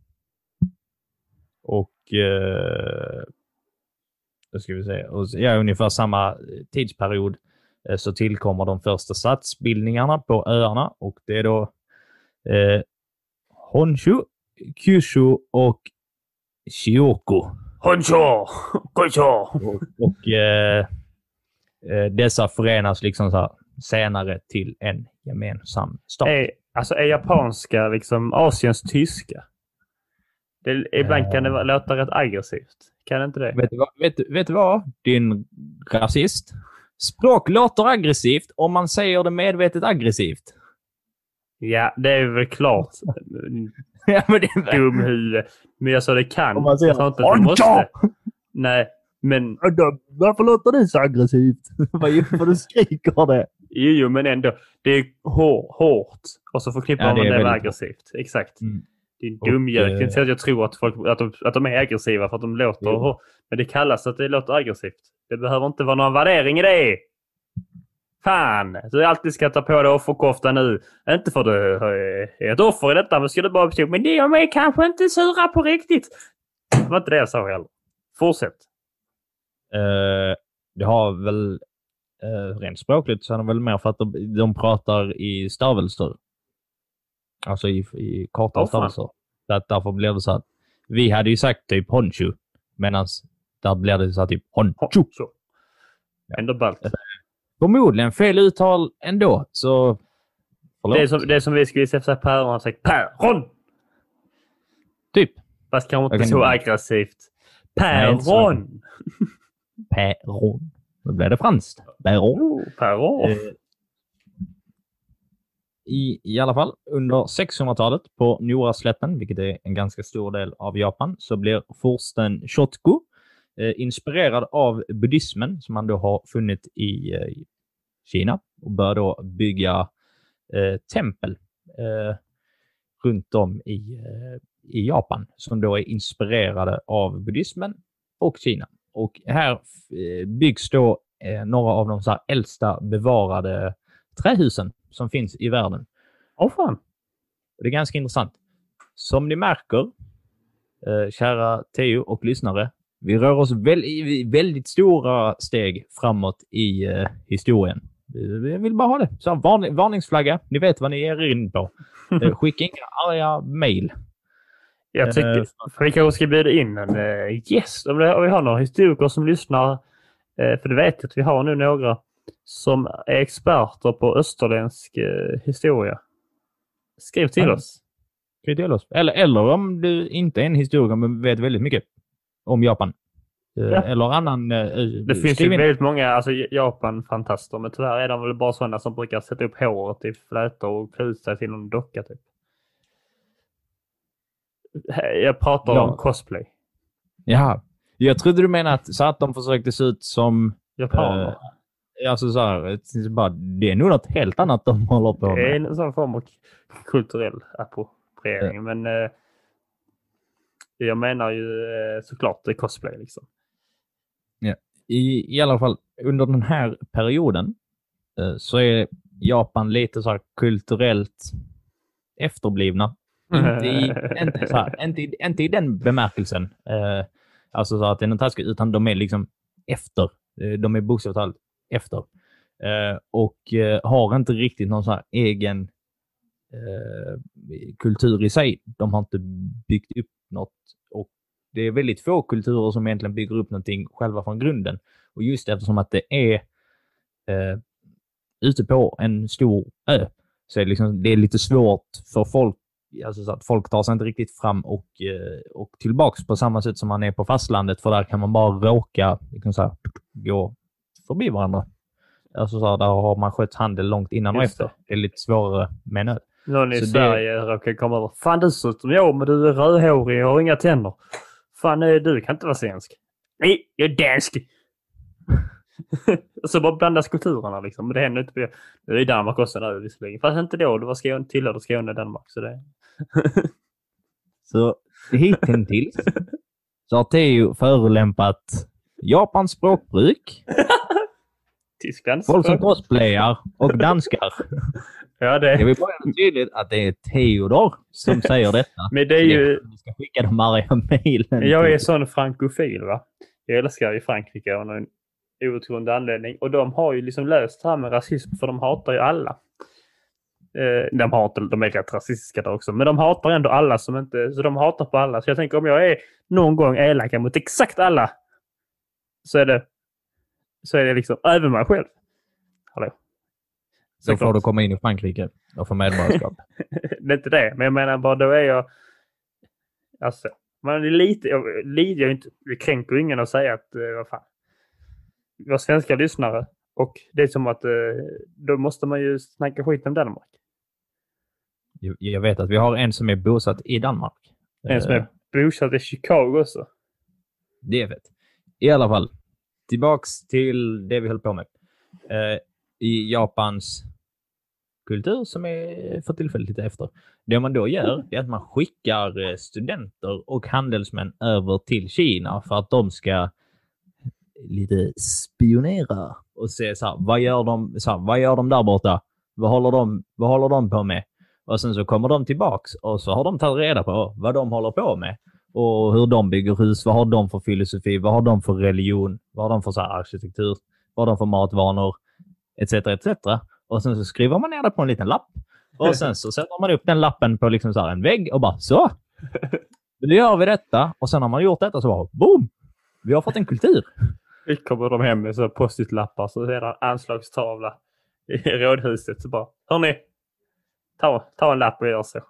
Och eh, då ska vi se. Och, ja, ungefär samma tidsperiod eh, så tillkommer de första stadsbildningarna på öarna, och det är då Eh, Honshu, Kyushu och Shikoku. Honcho! Honcho! Och, och eh, eh, dessa förenas liksom så här senare till en gemensam stat. Är, alltså är japanska liksom Asiens tyska? Det, ibland kan det vara- låta rätt aggressivt. Kan det inte det? Vet du, vad, vet, du, vet du vad? Din rasist. Språk låter aggressivt om man säger det medvetet aggressivt. Ja, det är väl klart. Ja, men det är Dum huvud. Men jag sa det kan. Om man säger, Jag sa inte att det måste. Nej, men Varför låter det så aggressivt? Varför du skriker det? jo, jo, men ändå. Det är hår, hårt. Och så förknippar Ja, man det är det med väldigt aggressivt. Exakt. Mm. Din Och, dumgök. eh, Det är inte så att jag tror att, folk, att, de, att de är aggressiva för att de låter Jo. hårt. Men det kallas att det låter aggressivt. Det behöver inte vara någon värdering i det. Fan! Du alltid ska ta på dig offerkofta nu. Inte för att du är ett offer i detta, men ska du bara förstå. Men det är mig kanske inte sura på riktigt. Det var inte det jag sa heller. Fortsätt. Eh, det har väl eh, rent språkligt så är det väl mer för att de, de pratar i stavelser. Alltså i, i korta Åh, fan. stavelser. Så att därför blir det så att vi hade ju sagt typ honchu, medan där blir det så här typ honchu. Så. Ändå ballt. Förmodligen fel uttal ändå, så förlåt. Det är, som, det är som vi skulle säga för päron har sagt päron! Typ Fast kanske inte Jag kan- så aggressivt. Nej, inte så. Päron! päron. Då blir det franskt. Päron. Oh, päron! Eh, I, I alla fall, under sexhundratalet på Noraslätten, vilket är en ganska stor del av Japan, så blir fursten Shotoku eh, inspirerad av buddhismen som man då har funnit i eh, Kina och bör då bygga eh, tempel eh, runt om i, eh, i Japan som då är inspirerade av buddhismen och Kina. Och här eh, byggs då eh, några av de så här äldsta bevarade trähusen som finns i världen. Åh fan! Och det är ganska intressant. Som ni märker, eh, kära Theo och lyssnare, vi rör oss väl, i väldigt stora steg framåt i eh, historien. Vi vill bara ha det. Så varning, varningsflagga. Ni vet vad ni är in på. Eh, skicka inga arga mejl. Jag tycker, Eh, för vi kanske ska bjuda in en uh, gäst. Om, det, om vi har några historiker som lyssnar. Uh, för det vet jag att vi har nu några som är experter på österländsk uh, historia. Skriv till Ja. oss. Skriv till oss. Eller, eller om du inte är en historiker men vet väldigt mycket om Japan. Eh, Ja. Eller annan... eh, Det finns ju skriv in. väldigt många alltså, Japan-fantaster. Men tyvärr är de väl bara sådana som brukar sätta upp håret i flätor och klä ut sig till någon docka typ. Jag pratar Ja. om cosplay. Jaha. Jag trodde du menade att, så att de försökte se ut som... Japaner. Eh, alltså så här, det är bara, det är nog något helt annat de håller på Det är med. en sån form av kulturell appropriering. Men eh, jag menar ju eh, såklart det är cosplay liksom. I, I alla fall, under den här perioden eh, så är Japan lite så här kulturellt efterblivna. Inte i, inte, så här, inte, i, inte i den bemärkelsen. Eh, alltså så att det är något taskigt, utan de är liksom efter. Eh, de är bokstavligt talat efter. Eh, och eh, har inte riktigt någon så här egen eh, kultur i sig. De har inte byggt upp något. Och det är väldigt få kulturer som egentligen bygger upp någonting själva från grunden. Och just eftersom att det är eh, ute på en stor ö så är det, liksom, det är lite svårt för folk, alltså så att folk tar sig inte riktigt fram och, eh, och tillbaks på samma sätt som man är på fastlandet, för där kan man bara råka liksom så här, gå förbi varandra. Alltså så här, där har man skött handel långt innan och Just efter. Det är lite svårare med en ö. Någon i Så det- Sverige råkar komma över. Fan du ser ut som jag men du är rödhårig och har inga tänder. Fan eh, du kan inte vara svensk. Nej, jag är dansk. Och så bara blandas kulturerna liksom. Men det händer inte på det. är i Danmark också nu visserligen. Fast inte då. Det var Skåne, tillhörde Skåne och Danmark. Så det... Så hittills så har Theo förolämpat Japans språkbruk, Tysklands. folk som cosplayar och danskar. Ja det Jag vill bara göra tydligt att det är Theodor som säger detta. Men det är ju... Vi ska skicka de arga mejlen. Jag är till- sån frankofil va. Jag älskar ju Frankrike av någon outgrundlig anledning. Och de har ju liksom löst det här med rasism för de hatar ju alla. Eh, de, har inte, de är rätt rasistiska där också. Men de hatar ändå alla som inte... Så de hatar på alla. Så jag tänker om jag är någon gång elak mot exakt alla. Så är det... Så är det liksom även mig själv. Hallå. Så då får du komma in i Frankrike och få medborgarskap. Det är inte det. Men jag menar bara då är jag... Alltså... Man är lite... Jag lider ju inte... Vi kränker ingen att säga att... Eh, vad fan. Vi har svenska lyssnare. Och det är som att... Eh, då måste man ju snacka skit om Danmark. Jag vet att vi har en som är bosatt i Danmark. En som är bosatt i Chicago också. Det är fett. I alla fall, tillbaks till det vi höll på med. Eh, I Japans kultur som är för tillfället lite efter. Det man då gör är att man skickar studenter och handelsmän över till Kina för att de ska lite spionera och se så här, vad gör de, så här, vad gör de där borta? Vad håller de, vad håller de på med? Och sen så kommer de tillbaks och så har de tagit reda på vad de håller på med. Och hur de bygger hus, vad har de för filosofi, vad har de för religion, vad har de för så här arkitektur, vad har de för matvanor, et cetera et cetera. Och sen så skriver man ner det på en liten lapp. Och sen så sätter man upp den lappen på liksom så här en vägg och bara så. Nu gör vi detta. Och sen har man gjort detta så bara boom! Vi har fått en kultur. Vi kommer de hem med så post-it-lappar så är det en anslagstavla i rådhuset. Så bara, hörni, ta, ta en lapp och gör så.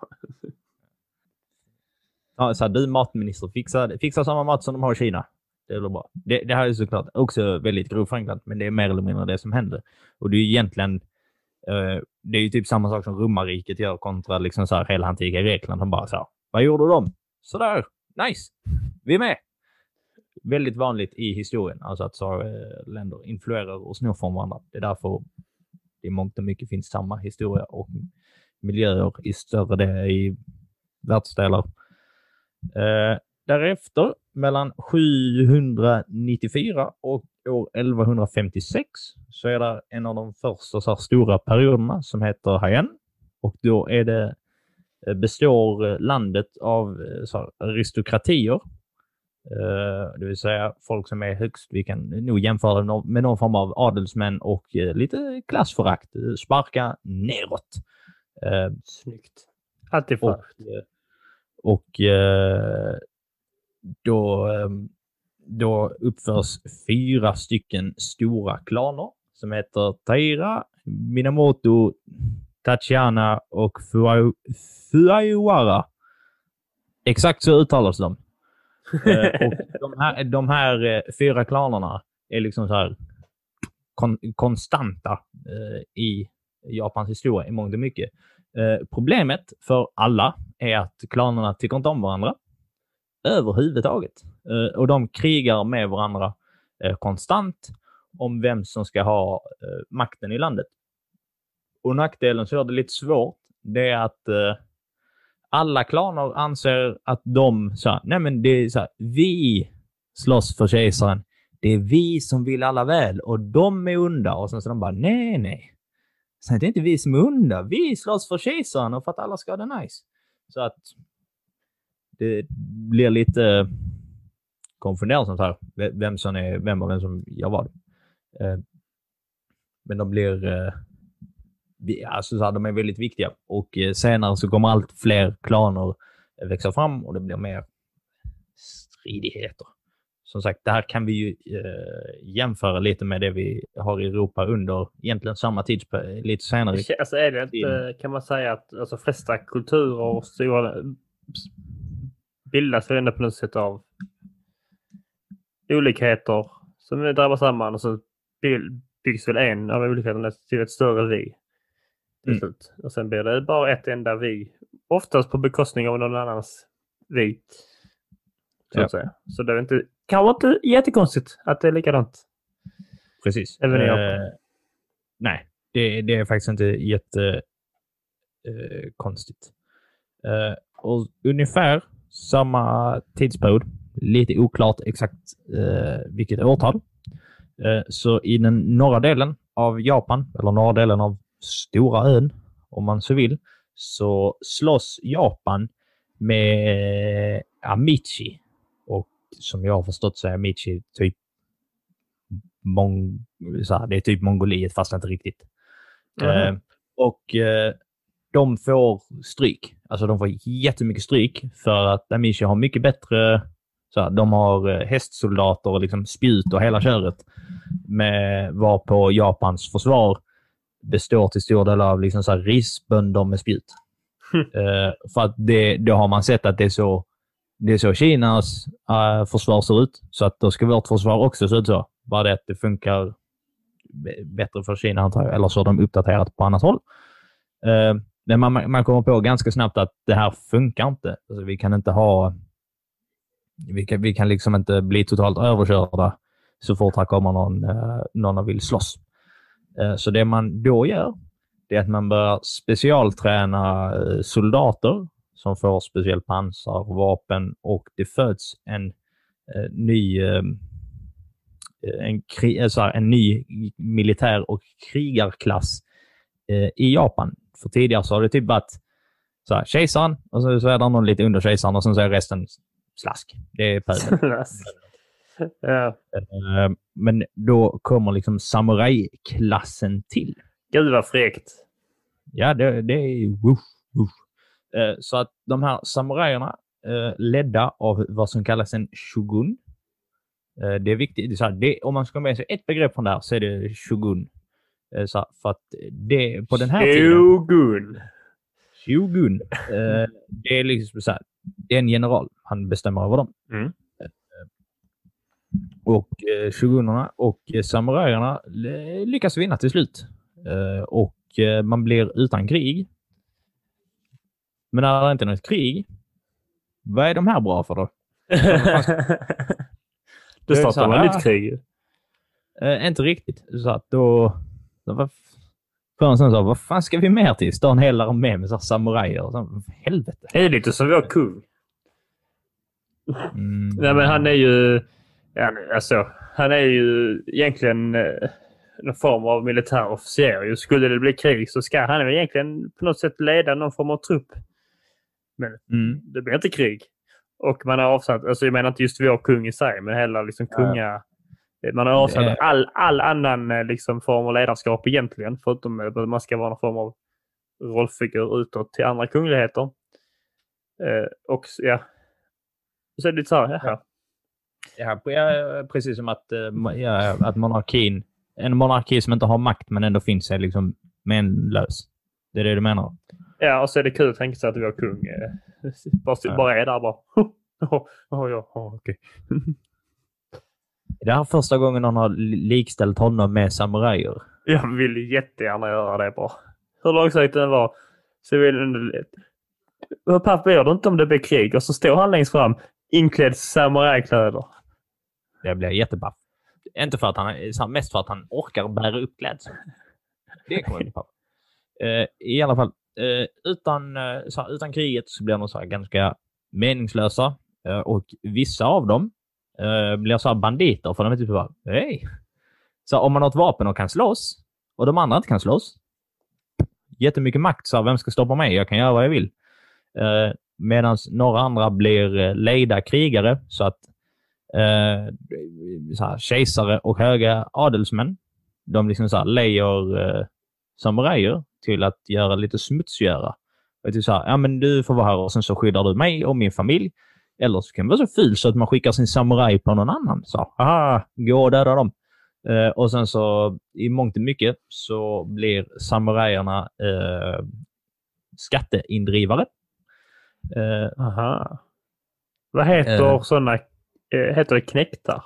Ja, så här, du matminister, fixa, fixa samma mat som de har i Kina. Det är bra. Det, det här är såklart också väldigt grovförenklat, men det är mer eller mindre det som händer. Och det är ju egentligen uh, det är ju typ samma sak som romarriket gör kontra liksom så här hela antika Grekland. De bara så här, vad gjorde de? Sådär, nice. Vi är med. Väldigt vanligt i historien, alltså att så, uh, länder influerar och snor från varandra. Det är därför det är mångt och mycket finns samma historia och miljöer i större del i världsdelar. Uh, därefter, mellan sjuhundranittiofyra och år elvahundrafemtiosex så är det en av de första så här stora perioderna som heter Heian. Och då är det, består landet av så här, aristokratier. Uh, det vill säga folk som är högst, vi kan nog jämföra med någon form av adelsmän och uh, lite klassförakt. Sparka neråt. Uh, Snyggt. Alltid för. Och, och uh, då, då uppförs fyra stycken stora klaner som heter Taira, Minamoto, Tachiyana och Fujiwara. Exakt så uttalas de. Och de här, de här fyra klanerna är liksom så här kon, konstanta eh, i Japans historia i mångt och mycket. Eh, problemet för alla är att klanerna tycker inte om varandra överhuvudtaget. Uh, och de krigar med varandra uh, konstant om vem som ska ha uh, makten i landet. Och nackdelen så är det lite svårt. Det är att uh, alla klaner anser att de så här, nej men det är så här, vi slåss för kejsaren. Det är vi som vill alla väl och de är onda. Och sen så de bara, nej nej. Sen är det inte vi som är onda. Vi slåss för kejsaren och för att alla ska ha det nice. Så att det blir lite konfunderande sånt här. Vem som är vem och vem som gör vad. Men de blir alltså så här, de är väldigt viktiga. Och senare så kommer allt fler klaner växa fram och det blir mer stridigheter. Som sagt, det här kan vi ju jämföra lite med det vi har i Europa under egentligen samma tid lite senare. Alltså är det inte, kan man säga att alltså flesta kulturer och stora bildas ändå på något sätt av olikheter som drabbar samman och så byggs väl en av olikheterna till ett större vi. Mm. Och sen blir det bara ett enda vi. Oftast på bekostning av någon annans vi. Så, ja. att säga. Så det är inte, kan vara inte jättekonstigt att det är likadant. Precis. Även i eh, nej, det, det är faktiskt inte jättekonstigt. Eh, eh, och ungefär samma tidsperiod, lite oklart exakt eh, vilket årtal. Eh, så i den norra delen av Japan, eller norra delen av stora ön, om man så vill, så slåss Japan med Amici. Och som jag har förstått så är Amici typ Mong- så här, det är typ Mongoliet fast inte riktigt. Mm. Eh, och eh, de får stryk. Alltså de får jättemycket stryk för att Amishi har mycket bättre... Så här, de har hästsoldater och liksom spjut och hela köret. Med var på Japans försvar består till stor del av liksom så här risbönder med spjut. Mm. Uh, för att det, då har man sett att det är så, det är så Kinas uh, försvar ser ut. Så att då ska vårt försvar också se ut så. Bara det att det funkar b- bättre för Kina antar jag. Eller så har de uppdaterat på annat håll. Uh, men man, man kommer på ganska snabbt att det här funkar inte. Alltså, vi kan inte ha... Vi kan, vi kan liksom inte bli totalt överkörda så fort här kommer någon, uh, någon och vill slåss. Uh, så det man då gör det är att man börjar specialträna uh, soldater som får speciell pansar, vapen och det föds en uh, ny uh, en, kri- alltså en ny militär och krigarklass uh, i Japan. För tidigare så har det typ varit så här, kejsaren och så, så är det någon lite under kejsaren och sen så är resten slask. Det är pöbel. Ja. Men då kommer liksom samurajklassen till. Gud vad fräckt. Ja, det, det är woof, woof. Så att de här samurajerna ledda av vad som kallas en shogun. Det är viktigt. Det är så här, det, om man ska med sig ett begrepp från där så är det shogun. Så här, för att det på den här shogun. tiden... Shogun. Det är liksom så här, det är en general. Han bestämmer över dem. Mm. Och eh, shogunerna och eh, samurajerna lyckas vinna till slut. Eh, och eh, man blir utan krig. Men när det inte är något krig, vad är de här bra för då? Det startar man lite krig. Eh, inte riktigt. Så att då... då var, förrän sen sa, vad fan ska vi mer till? Står en hel armé med så samurajer. Så, helvete. Det är lite som vår kung. Mm. Nej, men han är ju... Ja, alltså, han är ju egentligen eh, någon form av militär officer. Skulle det bli krig så ska han egentligen på något sätt leda någon form av trupp. Men mm. det blir inte krig. Och man har avsatt, alltså jag menar inte just vår kung i sig, men hela liksom kunga... Ja. Man har avsatt är... all, all annan liksom form av ledarskap egentligen. Förutom att man ska vara någon form av rollfigur utåt till andra kungligheter. Eh, och ja... Så är det lite så här, ja. Ja, precis som att, ja, att monarkin, en monarki som inte har makt men ändå finns är liksom menlös. Det är det du menar? Ja, och så är det kul att tänka sig att vi har kung. Bara, ja. bara är där bara. oh, oh, ja, oh, okej. Det här första gången någon har likställt honom med samurajer. Jag vill jättegärna göra det bara. Hur långsökt den var så vill Hur papp blir det inte om det blir krig? Och så står han längst fram inklädd samurajkläder. Det blir jättepapp. Inte för att han mest för att han orkar bära upp klädsel. Det kommer bli papp. Uh, I alla fall uh, utan, uh, så här, utan kriget så blir de så här ganska meningslösa uh, och vissa av dem uh, blir så här banditer för de är typ bara hej. Så om man har ett vapen och kan slåss och de andra inte kan slåss jättemycket makt så här, vem ska stoppa mig? Jag kan göra vad jag vill. Uh, Medan några andra blir uh, lejda krigare så att uh, så här, kejsare och höga adelsmän de liksom så här, lejer uh, samurajer till att göra lite smutsgöra. Och typ så här, ja men du får vara här och sen så skyddar du mig och min familj. Eller så kan det vara så ful så att man skickar sin samuraj på någon annan. Så, aha, gå och döda dem. Uh, och sen så i mångt och mycket så blir samurajerna uh, skatteindrivare. Uh, aha. Vad heter uh, sådana? Uh, heter det knäktar?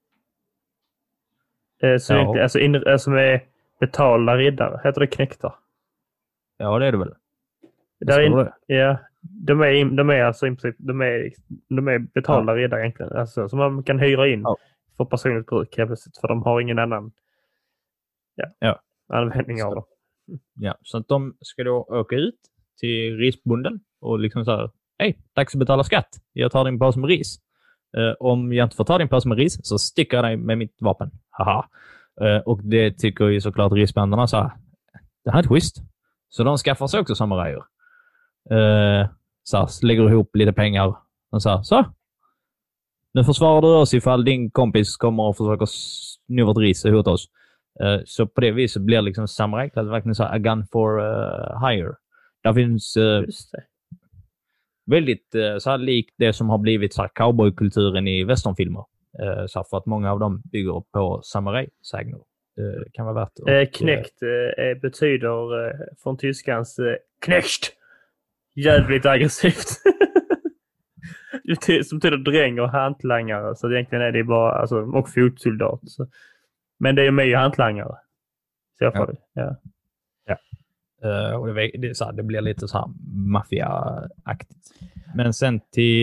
Uh, så ja. inte, alltså, in, alltså med betalda riddare. Heter det knäktar? Ja, det är det väl. Där in, det. Ja, de är, de är alltså i princip de är, de är betalda ja. riddare egentligen. Alltså, som man kan hyra in ja. för personligt bruk. För de har ingen annan ja, ja. användning så, av dem. Ja, så att de ska då åka ut till risbunden och liksom så här, hej, dags att betala skatt. Jag tar din påse med ris. Uh, om jag inte får ta din påse med ris så sticker jag dig med mitt vapen. Haha. Uh, och det tycker ju såklart risbönderna så här, det här är ett schysst. Så de skaffar sig också samurajer. Uh, så här, lägger ihop lite pengar och så här, så. Nu försvarar du oss ifall din kompis kommer och försöker sno vårt ris och hota oss. Uh, så på det viset blir liksom samurajkläder verkligen så här, a gun for uh, hire. Där finns eh, Just det. väldigt eh, så här likt det som har blivit så här cowboykulturen i westernfilmer. Eh, så här, för att många av dem bygger på samurai-sägner. Eh, det kan vara värt att... Eh, knäckt eh, betyder eh, från tyskans eh, knäckt. Jävligt aggressivt. Som betyder dräng och hantlangare. Så egentligen är det bara, alltså, och fotsoldat. Så. Men det är med hantlangare. Så jag får Ja. det. Ja. Uh, och det, det, så här, det blir lite så här maffia-aktigt. Men sen till,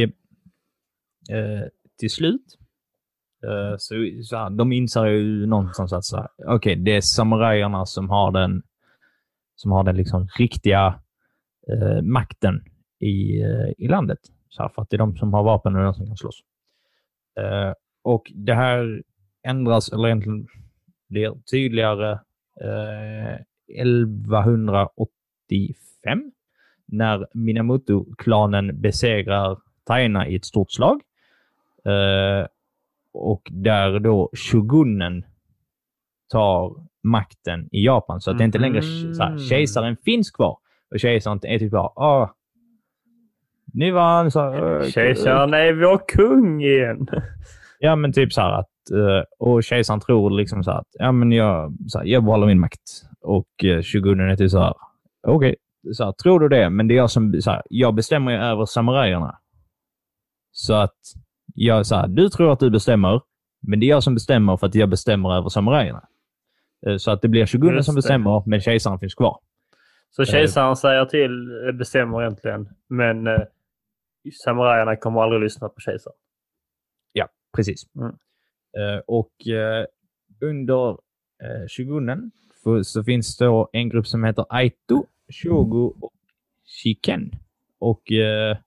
uh, till slut uh, så, så här, de inser ju någonstans att så här, okej, okay, det är samurajerna som har den som har den liksom riktiga uh, makten i, uh, i landet. Så här, för att det är de som har vapen och de som kan slåss. Uh, och det här ändras, eller egentligen blir tydligare uh, elva åttiofem när Minamoto-klanen besegrar Taina i ett stort slag. Uh, och där då shogunen tar makten i Japan. Så att det inte längre så här, kejsaren finns kvar. Och kejsaren är typ bara, ah, nu var han så här, uh, kejsaren är vår kung igen. Ja, men typ så här att uh, och kejsaren tror liksom så här att ja, men jag, så här, jag behåller min makt. Och uh, shogunen är typ så här, okej, okay, så här, tror du det? Men det är jag som, så här, jag bestämmer ju över samurajerna. Så att jag, så här, du tror att du bestämmer, men det är jag som bestämmer för att jag bestämmer över samurajerna. Uh, så att det blir shogunen som bestämmer, men kejsaren finns kvar. Så kejsaren uh, säger till, bestämmer egentligen, men uh, samurajerna kommer aldrig lyssna på kejsaren. Ja, precis. Mm. Uh, och uh, under uh, shogunen för, så finns det en grupp som heter Aito, Shogu och Shiken. Och uh,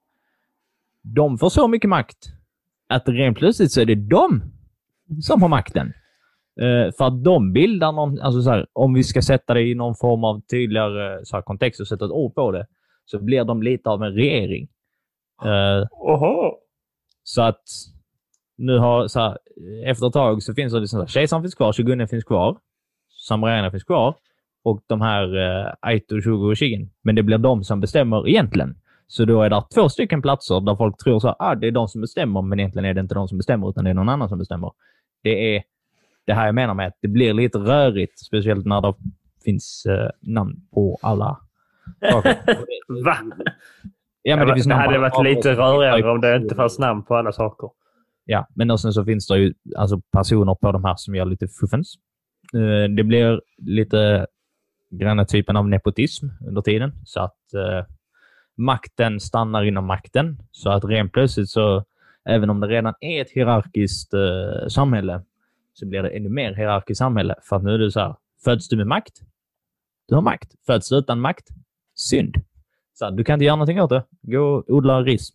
de får så mycket makt att rent plötsligt så är det de som har makten. Uh, för att de bildar någon, alltså så här, om vi ska sätta det i någon form av tydligare så här, kontext och sätta ett ord på det, så blir de lite av en regering. Uh, Oho. Så att nu har så här, efter ett tag så finns det liksom så här, kejsaren finns kvar, shogunen finns kvar, samurajerna finns kvar och de här uh, Aito, Shogu och Shigen. Men det blir de som bestämmer egentligen. Så då är det två stycken platser där folk tror så här, ah, det är de som bestämmer, men egentligen är det inte de som bestämmer utan det är någon annan som bestämmer. Det är det här jag menar med att det blir lite rörigt, speciellt när det finns uh, namn på alla saker. Va? Ja, men det, finns det hade namn varit lite rörigare om det inte fanns namn på alla saker. Ja, men sen så finns det ju alltså personer på de här som gör lite fuffens. Uh, det blir lite granna typen av nepotism under tiden. Så att uh, makten stannar inom makten. Så att rent plötsligt så, även om det redan är ett hierarkiskt uh, samhälle, så blir det ännu mer hierarkiskt samhälle. För att nu är det så här, föds du med makt? Du har makt. Föds du utan makt? Synd. Så här, du kan inte göra någonting åt det. Gå och odla ris.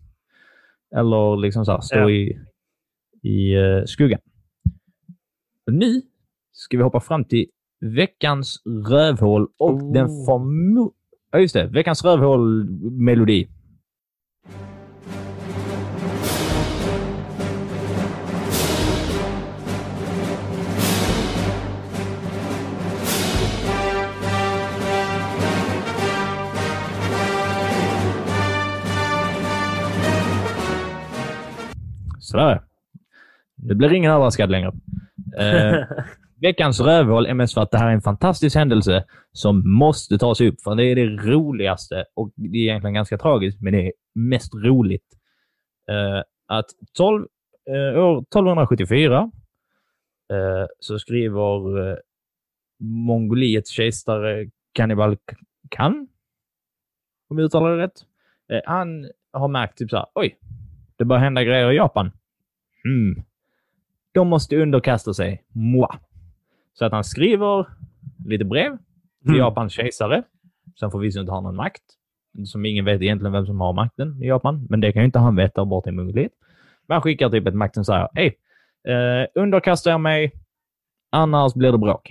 Eller liksom så här, stå ja. i, i uh, skuggan. Och nu ska vi hoppa fram till veckans rövhål och oh. den form... Ja, just det. Veckans rövhål-melodi. Sådär. Det blir ingen överraskad längre. Eh, veckans rövhål är mest för att det här är en fantastisk händelse som måste tas upp. För det är det roligaste och det är egentligen ganska tragiskt, men det är mest roligt. Eh, att tolv, eh, år tolvhundrasjuttiofyra eh, så skriver eh, Mongoliets kejsare Hannibal Khan, om jag uttalar det rätt. Eh, han har märkt typ så här, oj, det börjar hända grejer i Japan. Hmm. De måste underkasta sig. Moi. Så att han skriver lite brev till mm. Japans kejsare, som förvisso inte har någon makt. Som ingen vet egentligen vem som har makten i Japan. Men det kan ju inte han veta bort i Mongoliet. Men han skickar typ ett makten och säger, hej, eh, underkastar jag mig, annars blir det bråk.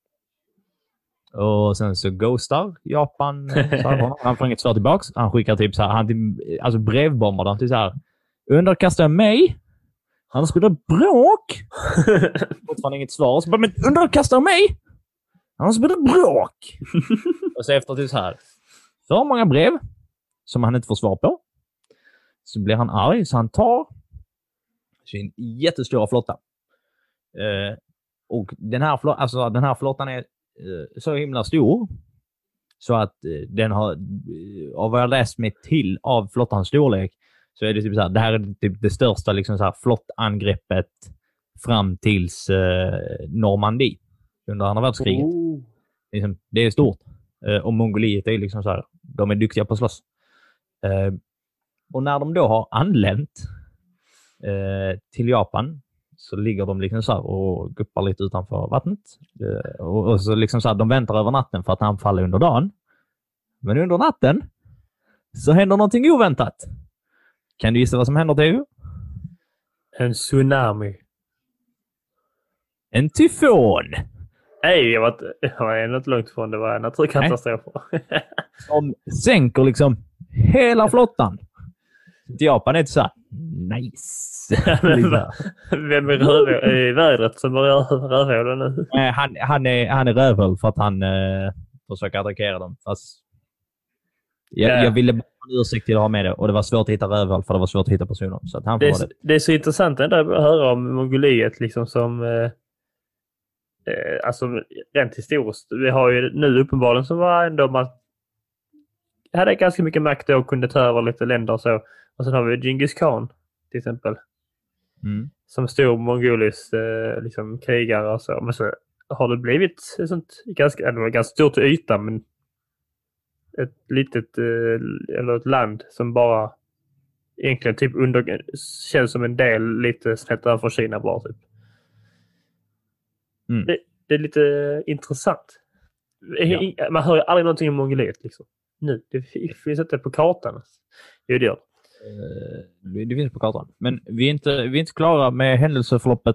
Och sen så ghostar Japan. Han får inget svar tillbaks. Han skickar typ så här, han typ, alltså brevbombar dem till så här, underkastar jag mig, annars blir det bråk. Fortfarande inget svar. Så bara, men underkastar jag mig, annars blir det bråk. Och så efter typ så här för många brev som han inte får svar på. Så blir han arg, så han tar sin jättestora flotta. Eh, och den här, flott, alltså, den här flottan är eh, så himla stor så att eh, den har, av vad jag läst mig till av flottans storlek, så är det typ så här, det här är typ det största liksom så här flottangreppet fram tills eh, Normandie under andra världskriget. Oh. Liksom, det är stort. Eh, och Mongoliet är liksom så här, de är duktiga på att slåss. Eh, och när de då har anlänt eh, till Japan, så ligger de liksom så här och guppar lite utanför vattnet. Eh, och, och så liksom så här, de väntar över natten för att anfalla under dagen. Men under natten så händer någonting oväntat. Kan du gissa vad som händer, Theo? En tsunami. En tyfon. Nej, jag var, jag var något långt från det var en naturkatastrof. Som sänker liksom hela flottan. Japan är inte så här, nice. Vem är röv i vädret som är rövhålen nu? Han, han, är, han är rövhål för att han eh, försöker attackera dem. Fast jag, ja. jag ville bara ha en ursäkt till att ha med det. Och det var svårt att hitta rövhål för det var svårt att hitta personer. Så att han får det, är, det. det är så intressant ändå att höra om Mongoliet liksom som... Eh, eh, alltså rent historiskt. Vi har ju nu uppenbarligen som var ändå man hade ganska mycket makt och kunde ta över lite länder och så. Och sen har vi Genghis Khan till exempel. Mm. Som stor mongolisk eh, liksom krigare och så. Men så har det blivit ett sånt ganska, eller ganska stort till yta, men ett litet eh, eller ett land som bara egentligen typ under, känns som en del lite snett över Kina bara typ. Mm. Det, det är lite intressant. Ja. Man hör ju aldrig någonting om Mongoliet liksom. Nu, det finns inte på kartan. Jo, det gör det. Det finns på kartan. Men vi är inte, vi är inte klara med händelseförloppet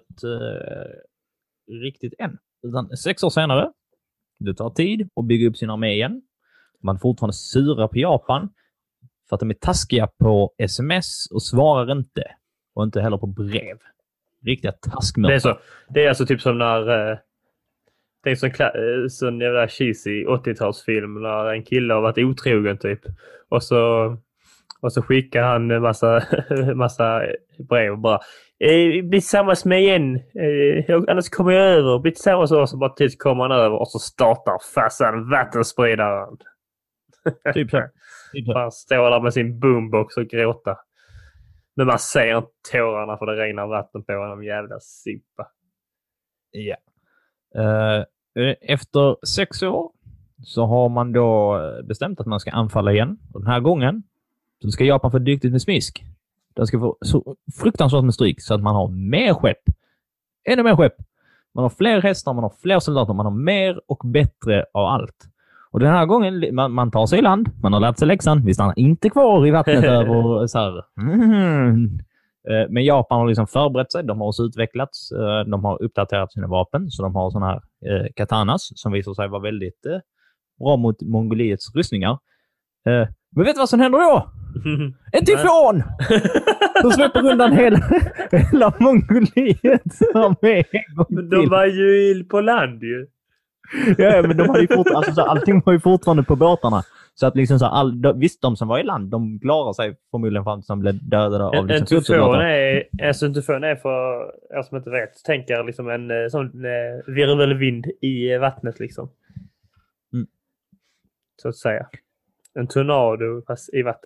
eh, riktigt än. Utan sex år senare, det tar tid att bygga upp sin armé igen. Man fortfarande sura på Japan för att de är taskiga på sms och svarar inte. Och inte heller på brev. Riktiga taskmöten. Det är så. Det är alltså typ som när... Eh, det är sån, sån jävla cheesy åttiotalsfilm när en kille har varit otrogen typ. Och så... Och så skickar han en massa, massa brev och bara eh, bli tillsammans med igen. Eh, annars kommer jag över. Bli tillsammans och så bara tills kommer han över och så startar fassan vattenspridaren. Typ så. Typ så. Han står där med sin boombox och gråta. Men man ser inte tårarna för det regnar vatten på honom. Jävla sippa. Ja. Uh, efter sex år så har man då bestämt att man ska anfalla igen. Och den här gången så ska Japan få dyktigt med smisk. De ska få så fruktansvärt med stryk så att man har mer skepp. Ännu mer skepp. Man har fler hästar, man har fler soldater, man har mer och bättre av allt. Och den här gången, man, man tar sig i land, man har lärt sig läxan, vi stannar inte kvar i vattnet över så här. Mm. Men Japan har liksom förberett sig, de har också utvecklats, de har uppdaterat sina vapen, så de har såna här eh, katanas som visar sig vara väldigt eh, bra mot Mongoliets rustningar. Eh, men vet du vad som händer då? En tyfon! De släpper undan hela, hela Mongoliet armé. Men de var ju på land ju. Ja, men de har ju fort, alltså, så allting var ju fortfarande på båtarna. Så att liksom så all, de, visst, de som var i land, de klarar sig förmodligen fram till de blev dödade av liksom, en tyfon är, alltså, en tyfon är för jag som inte vet, tänker liksom en sån eh, virvelvind i vattnet liksom. Mm. Så att säga. En tornado fast i vatten.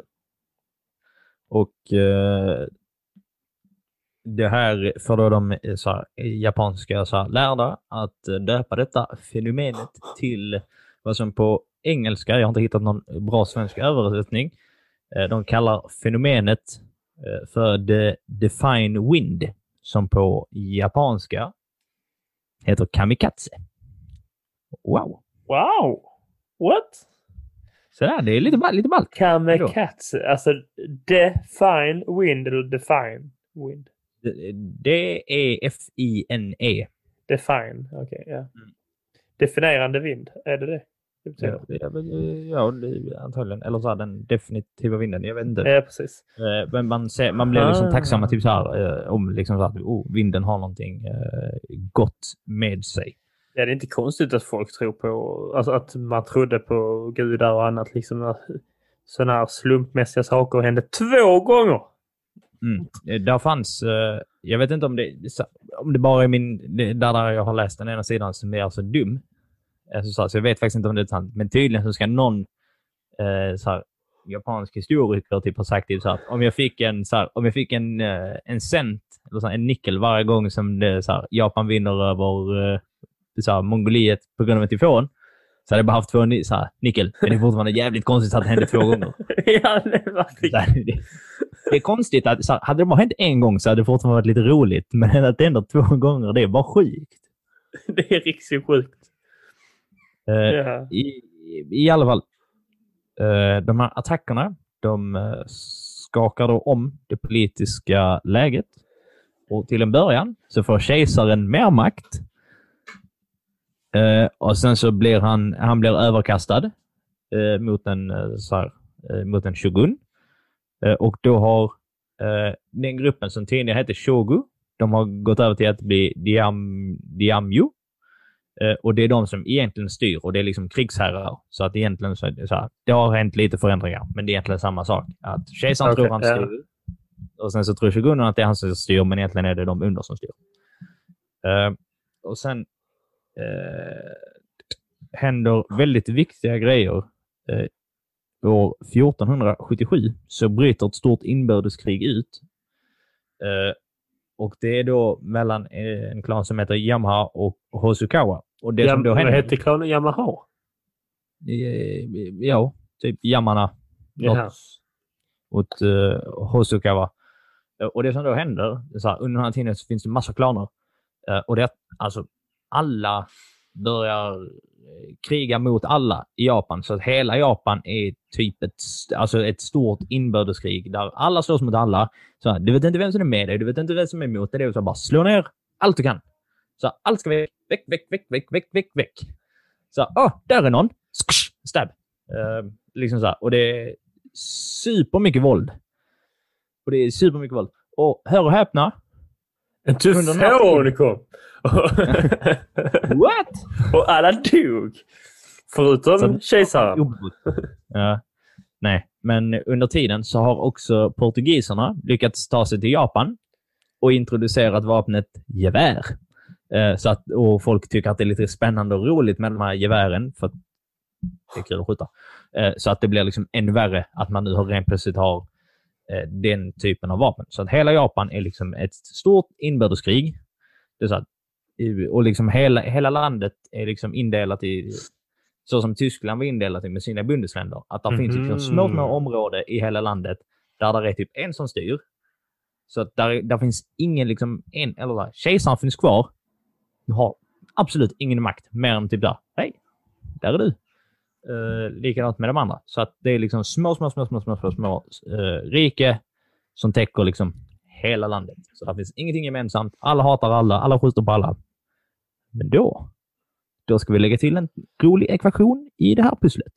Och eh, det här får då de så här, japanska så här, lärda att döpa detta fenomenet till vad som på engelska, jag har inte hittat någon bra svensk översättning, eh, de kallar fenomenet eh, för the define wind, som på japanska heter kamikaze. Wow. Wow. What? Så där, det är lite ballt. Lite ballt. Kamikaze. Alltså define wind eller define wind. D-E-F-I-N-E. Define, okej. Okay, ja. Mm. Definierande vind, är det det? det ja, det är, ja, det, antagligen. Eller så här, den definitiva vinden, jag vet inte. Ja, precis. Men man, ser, man blir liksom tacksam typ så här, om liksom så här, oh, vinden har någonting gott med sig. Ja, det är inte konstigt att folk tror på, alltså att man trodde på gudar och annat liksom. Sådana här slumpmässiga saker hände två gånger. Mm. Där fanns, uh, jag vet inte om det, om det bara är min, det, där, där jag har läst den ena sidan som är alltså dum. Alltså, så jag vet faktiskt inte om det är sant. Men tydligen så ska någon uh, så här, japansk historiker typ har sagt det så att om jag fick en, så här, om jag fick en, uh, en cent, eller så här, en nickel varje gång som det, så här, Japan vinner över uh, så här, Mongoliet på grund av en tyfon, så hade jag bara haft två så här, nickel. Men det är fortfarande jävligt konstigt att det hände två gånger. Ja, det var det, det, det är konstigt att så här, hade det bara hänt en gång så hade det fortfarande varit lite roligt. Men att det ändå två gånger, det är bara sjukt. Det är riktigt sjukt. Uh, yeah. i, I alla fall, uh, de här attackerna, de uh, skakar då om det politiska läget. Och till en början så får kejsaren mer makt. Uh, och sen så blir han, han blir överkastad uh, mot en uh, så här, uh, mot en shogun. Uh, och då har uh, den gruppen som tidigare hette Shogu, de har gått över till att bli Diam, Diamyu. Uh, och det är de som egentligen styr, och det är liksom krigsherrar. Så att egentligen så, så här, det har hänt lite förändringar, men det är egentligen samma sak. Att kejsaren okay, tror han styr. Yeah. Och sen så tror shogunen att det är han som styr, men egentligen är det de under som styr. Uh, och sen Uh, händer väldigt viktiga grejer. Uh, år fjorton sjuttiosju så bryter ett stort inbördeskrig ut. Uh, och det är då mellan en klan som heter Yamaha och Hosokawa. Och det Yam- som då händer... Vad heter klanen Yamaha? Uh, ja, typ Yamana. Yeah. Mot uh, Hosokawa. Uh, och det som då händer, så här, under den här tiden så finns det massa klaner. Uh, och det är alltså alla börjar kriga mot alla i Japan. Så att hela Japan är typ ett, alltså ett stort inbördeskrig där alla slåss mot alla. Så här, du vet inte vem som är med dig, du vet inte vem som är emot dig. Det är så bara slå ner allt du kan. Så allt ska väck, väck, väck, väck, väck, väck, väck, väck. Så, åh, där är någon. Stab. Uh, liksom så här. Och det är supermycket våld. Och det är supermycket våld. Och hör och häpna. En tyfon kom. What? Och alla dog. Förutom så, kejsaren. Ja. Nej, men under tiden så har också portugiserna lyckats ta sig till Japan och introducerat vapnet gevär. Eh, så att, och folk tycker att det är lite spännande och roligt med de här gevären, för att det är kul att skjuta. Eh, så att det blir liksom ännu värre att man nu har rent plötsligt har eh, den typen av vapen. Så att hela Japan är liksom ett stort inbördeskrig. Det är så att, och liksom hela, hela landet är liksom indelat i, så som Tyskland var indelat i med sina bundesländer. Att det mm-hmm. finns liksom små, små områden i hela landet där det är typ en som styr. Så att där, där finns ingen liksom en, eller där, kejsaren finns kvar. Du har absolut ingen makt mer än typ där. Hej, där är du. Uh, likadant med de andra. Så att det är liksom små, små, små, små, små, små, små uh, rike som täcker liksom hela landet. Så det finns ingenting gemensamt. Alla hatar alla, alla skjuter på alla. Men då, då ska vi lägga till en rolig ekvation i det här pusslet.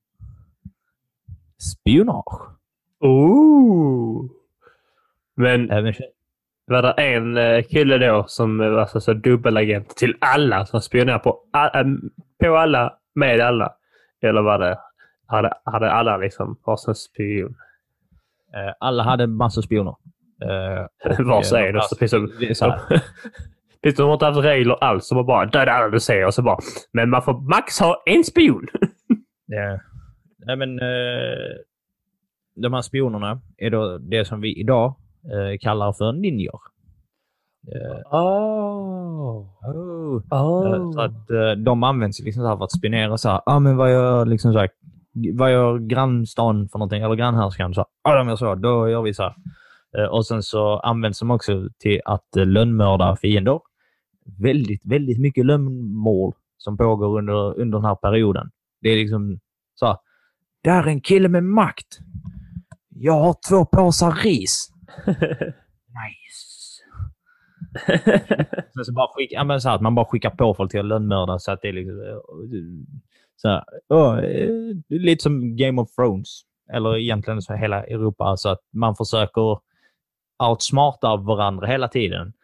Spionage. Oh. Men Även... var det en kille då som var så, så dubbelagent till alla som spionerar på, på alla, med alla? Eller var det, hade, hade alla liksom varsin spion? Alla hade massor spioner. Var så är det. Så finns det Finns det inte haft regler alls, så man bara döda alla du ser och så bara, men man får max ha en spion. Ja. Nej, men uh, de här spionerna är då det som vi idag uh, kallar för ninjor. Uh, oh. Oh. Oh. Uh, så att uh, de används liksom så här för att spionera så här, ja ah, men vad gör liksom så här, vad gör grannstan för någonting, eller grannhärskan så, ja ah, de gör så, då gör vi så här. Uh, och sen så används de också till att uh, lönnmörda fiender. Väldigt, väldigt mycket lönnmord som pågår under, under den här perioden. Det är liksom så här, där är en kille med makt. Jag har två påsar ris. Nice. Sen så bara skicka, ja, men så här, att man bara skickar på folk till att lönnmörda så att det är liksom så här, oh, lite som Game of Thrones. Eller egentligen så hela Europa. Så att man försöker outsmarta varandra hela tiden.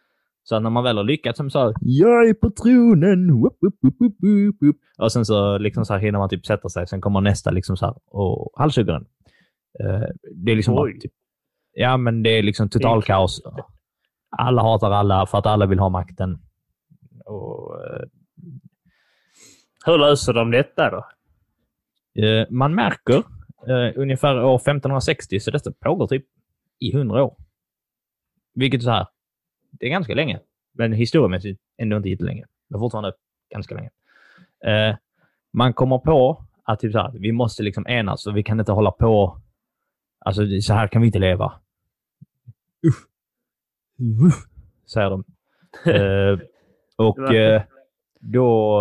Så att när man väl har lyckats som så här, jag är på tronen, whoop, whoop, whoop, whoop, whoop, whoop. Och sen så liksom så här hinner man typ sätta sig, sen kommer nästa liksom så här och halshugger den. Uh, det är liksom bara, typ, ja men det är liksom total det är kaos. Alla hatar alla för att alla vill ha makten. Och uh, hur löser de detta då? Uh, man märker uh, ungefär år femton sextio, så detta pågår typ i hundra år. Vilket så här, det är ganska länge. Men historiemässigt ändå inte jättelänge. Men fortfarande ganska länge. Uh, man kommer på att typ så här, vi måste liksom enas och vi kan inte hålla på. Alltså så här kan vi inte leva. Uff. Uff, säger de. uh, och uh, då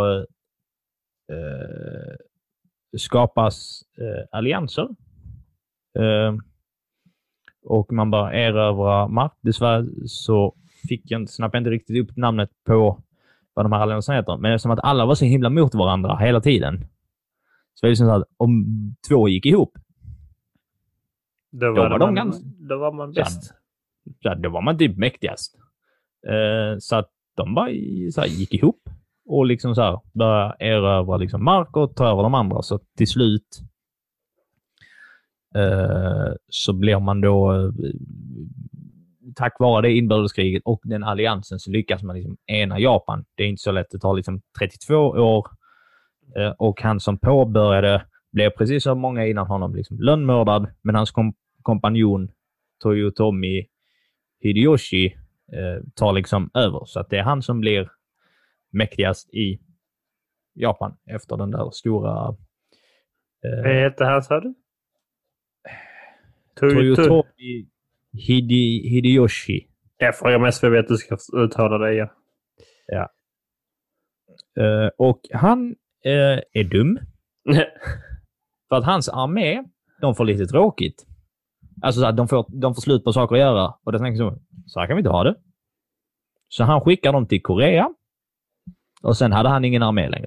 uh, skapas uh, allianser. Uh, och man bara erövra mark. Dessvärre så fick jag inte, snabbt inte riktigt upp namnet på vad de här allianserna heter. Men eftersom att alla var så himla mot varandra hela tiden. Så var det som att om två gick ihop. Då var, då var, de man, ganska, då var man bäst. Ja, då var man typ mäktigast. Uh, så att de bara så här, gick ihop. Och liksom så här började erövra liksom mark och ta över de andra. Så till slut uh, så blir man då uh, tack vare det inbördeskriget och den alliansen så lyckas man liksom ena Japan. Det är inte så lätt. Det tar liksom trettiotvå år. Uh, och han som påbörjade blev precis som många innan honom liksom lönnmördad. Men hans kom- kompanjon Toyotomi Hideyoshi eh, tar liksom över. Så att det är han som blir mäktigast i Japan efter den där stora... Eh, Vad heter han, sa du? Toyotomi Hide, Hideyoshi. Jag frågar mest för att jag vet att du ska uttala det igen. Ja. Eh, och han eh, är dum. För att hans armé, de får lite tråkigt. Alltså så att de får, de får slut på saker att göra. Och det tänker så, så här kan vi inte ha det. Så han skickar dem till Korea. Och sen hade han ingen armé längre.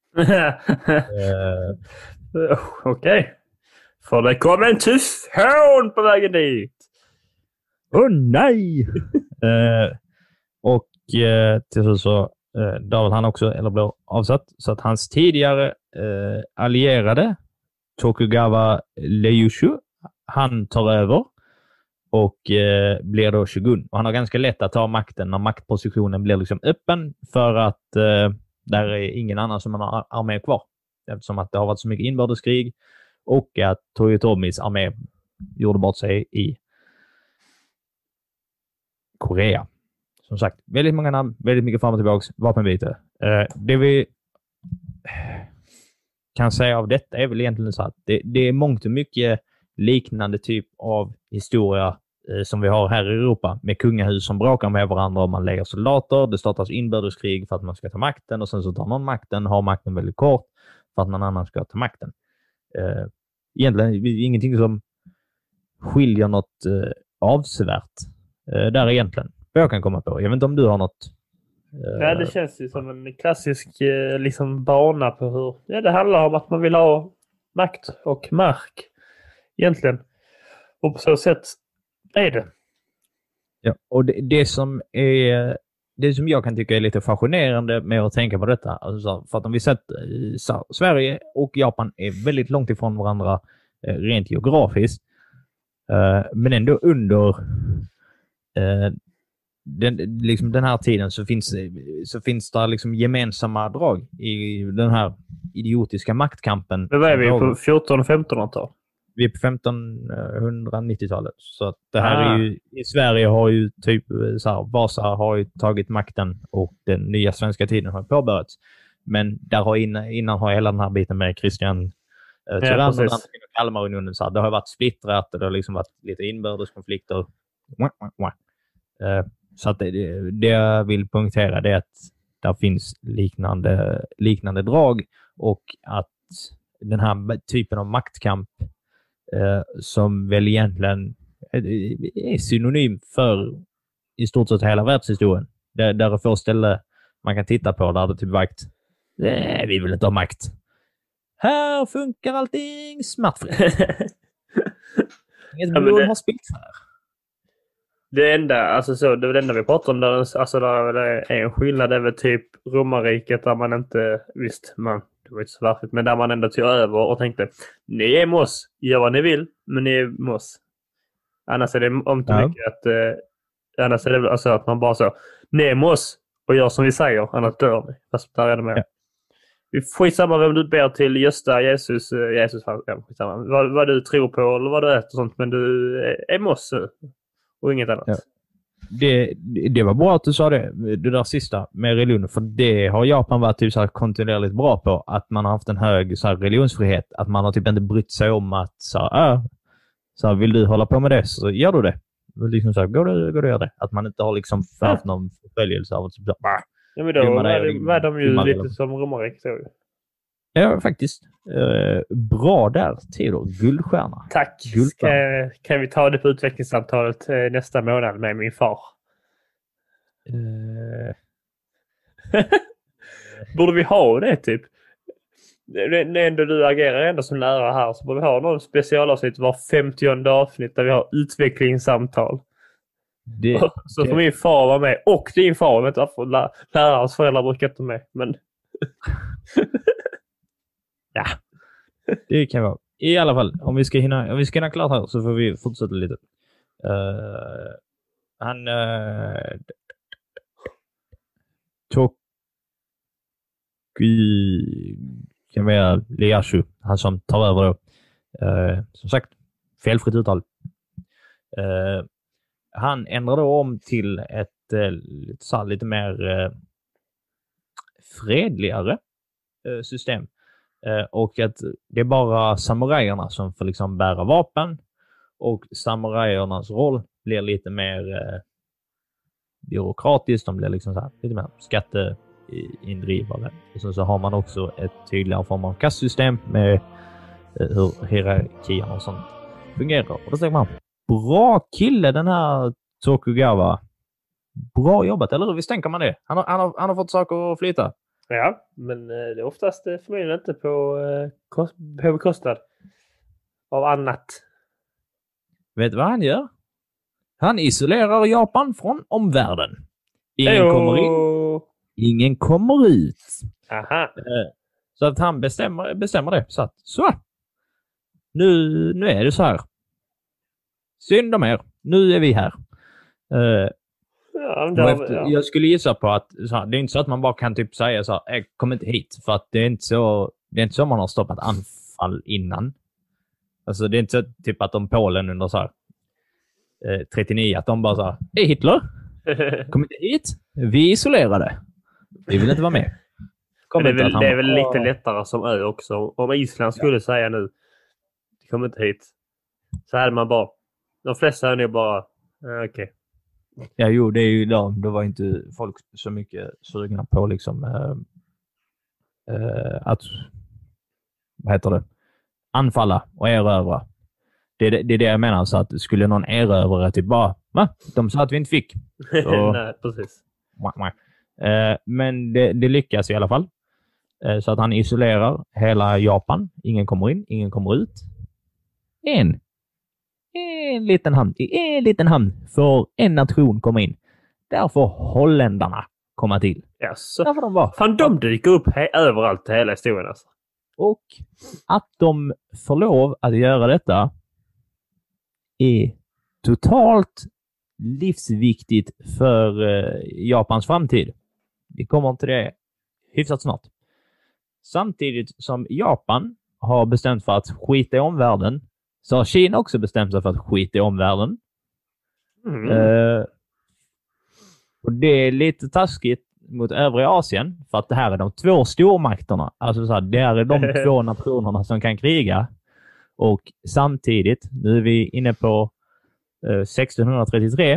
uh, Okej. Okay. För det kom en tyfon på vägen dit. Åh oh, nej! uh, och uh, till slut så uh, där han också eller blev avsatt. Så att hans tidigare uh, allierade Tokugawa Ieyasu, han tar över och eh, blir då shogun. Och han har ganska lätt att ta makten när maktpositionen blir liksom öppen för att eh, där är ingen annan som har armé kvar. Eftersom att det har varit så mycket inbördeskrig och att Toyotomis armé gjorde bort sig i Korea. Som sagt, väldigt många namn, väldigt mycket fram och tillbaks, vapenbyte. Eh, det vi kan säga av detta är väl egentligen så att det, det är mångt och mycket liknande typ av historia eh, som vi har här i Europa med kungahus som bråkar med varandra och man lägger soldater. Det startas inbördeskrig för att man ska ta makten och sen så tar någon makten, har makten väldigt kort för att någon annan ska ta makten. Eh, egentligen ingenting som skiljer något eh, avsevärt eh, där egentligen. Vad jag kan komma på. Jag vet inte om du har något. Eh, Nej, det känns ju som en klassisk eh, liksom bana på hur ja, det handlar om att man vill ha makt och mark. Egentligen. Och på så sätt är det. Ja, och det, det som är det som jag kan tycka är lite fascinerande med att tänka på detta. Alltså, för att om vi sett så, Sverige och Japan är väldigt långt ifrån varandra eh, rent geografiskt. Eh, men ändå under eh, den, liksom den här tiden så finns, så finns det liksom gemensamma drag i den här idiotiska maktkampen. Men vad är vi på fjorton- och femtonhundratal? Vi är på femtonhundranittiotalet. Så att det här ah. är ju, i Sverige har ju typ så här, Vasa har ju tagit makten och den nya svenska tiden har påbörjats. Men där har innan, innan har hela den här biten med Kristian eh, Tyrann och Kalmarunionen så här, det har varit splittrat och det har liksom varit lite inbördeskonflikter. Eh, så att det, det jag vill punktera det är att där finns liknande, liknande drag och att den här typen av maktkamp eh, som väl egentligen är synonym för i stort sett hela världshistorien. Där, där det får ställe man kan titta på där det typ varit nej, vi vill inte ha makt. Här funkar allting smärtfritt. Inget blod har spilt här. Det enda, alltså så, det, det enda vi pratar om där, alltså där det är en skillnad, det är väl typ romarriket där man inte, visst, man, det var inte så verkligt, men där man ändå tog över och tänkte, ni är med oss, gör vad ni vill, men ni är med oss. Annars är det om inte Ja. mycket att, eh, annars är det alltså att man bara så, ni är med oss och gör som vi säger, annars dör ni. Fast där är det med. Ja. Vi skitsamma vem du ber till, Gösta, Jesus, eh, Jesus, ja, skitsamma. Vad, vad du tror på eller vad du äter och sånt, men du är, är med oss och inget annat. Ja. Det, det var bra att du sa det, det där sista med religion, för det har Japan varit typ så här kontinuerligt bra på, att man har haft en hög så här religionsfrihet, att man har typ inte brytt sig om att så här, äh, så här, vill du hålla på med det så gör du det. Liksom så här, går du, går du gör det. Att man inte har liksom haft någon förföljelse av att typ, bah, ja, men då filmar det var, och det, var de ju filmar lite det. som romarriket. så ju. Ja, faktiskt. Eh, bra där, Theodor. Guldstjärna. Tack. Ska, kan vi ta det på utvecklingssamtalet eh, nästa månad med min far? Eh, Borde vi ha det typ? När ändå du agerar ändå som lärare här så borde vi ha någon specialavsnitt var femtionde avsnitt där vi har utvecklingssamtal. det, Så det, får min far vara med. Och din far, vet du varför lä- lärarens föräldrar brukar inte med. Men ja, det kan vara. I alla fall, om vi ska hinna, om vi ska hinna klart här så får vi fortsätta lite. Uh, han... Uh, Toki kan vara Liashu, han som tar över då. Uh, som sagt, felfritt uttal. Uh, han ändrar då om till ett uh, lite, så här, lite mer uh, fredligare uh, system. Uh, och att det är bara samurajerna som får liksom bära vapen, och samurajernas roll blir lite mer uh, byråkratiskt. De blir liksom så här, lite mer skatteindrivare. Och så, så har man också ett tydligare form av kastsystem med uh, hur hierarkierna och sånt fungerar. Och då säger man, bra kille den här Tokugawa. Bra jobbat, eller hur? Visst tänker man det? Han har, han har, han har fått saker att flyta. ja, men eh, det är oftast eh, förmodligen inte på, eh, kost, på bekostnad av annat. Vet du vad han gör? Han isolerar Japan från omvärlden. Ingen Hejo! kommer in, ingen kommer ut. Aha. Eh, Så att han bestämmer, bestämmer det. Så att, så. Nu, nu är det så här. Synd om er. Nu är vi här. Eh, Ja, men och där, efter, ja. Jag skulle gissa på att så här, det är inte så att man bara kan typ säga så här, jag kommer inte hit. För att det är inte så, det är inte så man har stoppat anfall innan. Alltså det är inte så typ att de Polen under så här, eh, trettionio, att de bara så här, hej Hitler, kom inte hit. Vi är isolerade. Vi vill inte vara med. Men det är inte väl, att han det är väl bara, lite lättare som ö också. Om Island skulle säga nu, det kommer inte hit. Så hade man bara, de flesta är nu bara, eh, okej. Okay. Ja, jo, det är ju då, då var inte folk så mycket sugna på liksom äh, äh, att, vad heter det, anfalla och erövra. Det, det, det är det jag menar, så att skulle någon erövra typ bara, va? De sa att vi inte fick. Så, Nej, precis. äh, men det, det lyckas i alla fall. Äh, så att han isolerar hela Japan. Ingen kommer in, ingen kommer ut. En. En liten hamn. I en liten hamn får en nation komma in. Där får holländarna komma till. Yes. Där får de vara. Fan, de dyker upp he- överallt i hela historien alltså. Och att de får lov att göra detta är totalt livsviktigt för eh, Japans framtid. Vi kommer till det hyfsat snart. Samtidigt som Japan har bestämt för att skita i omvärlden, så har Kina också bestämt sig för att skita i omvärlden. Mm. Eh, och det är lite taskigt mot övriga Asien, för att det här är de två stormakterna. Alltså så här, det här är de två nationerna som kan kriga. Och samtidigt, nu är vi inne på eh, sextonhundratrettiotre,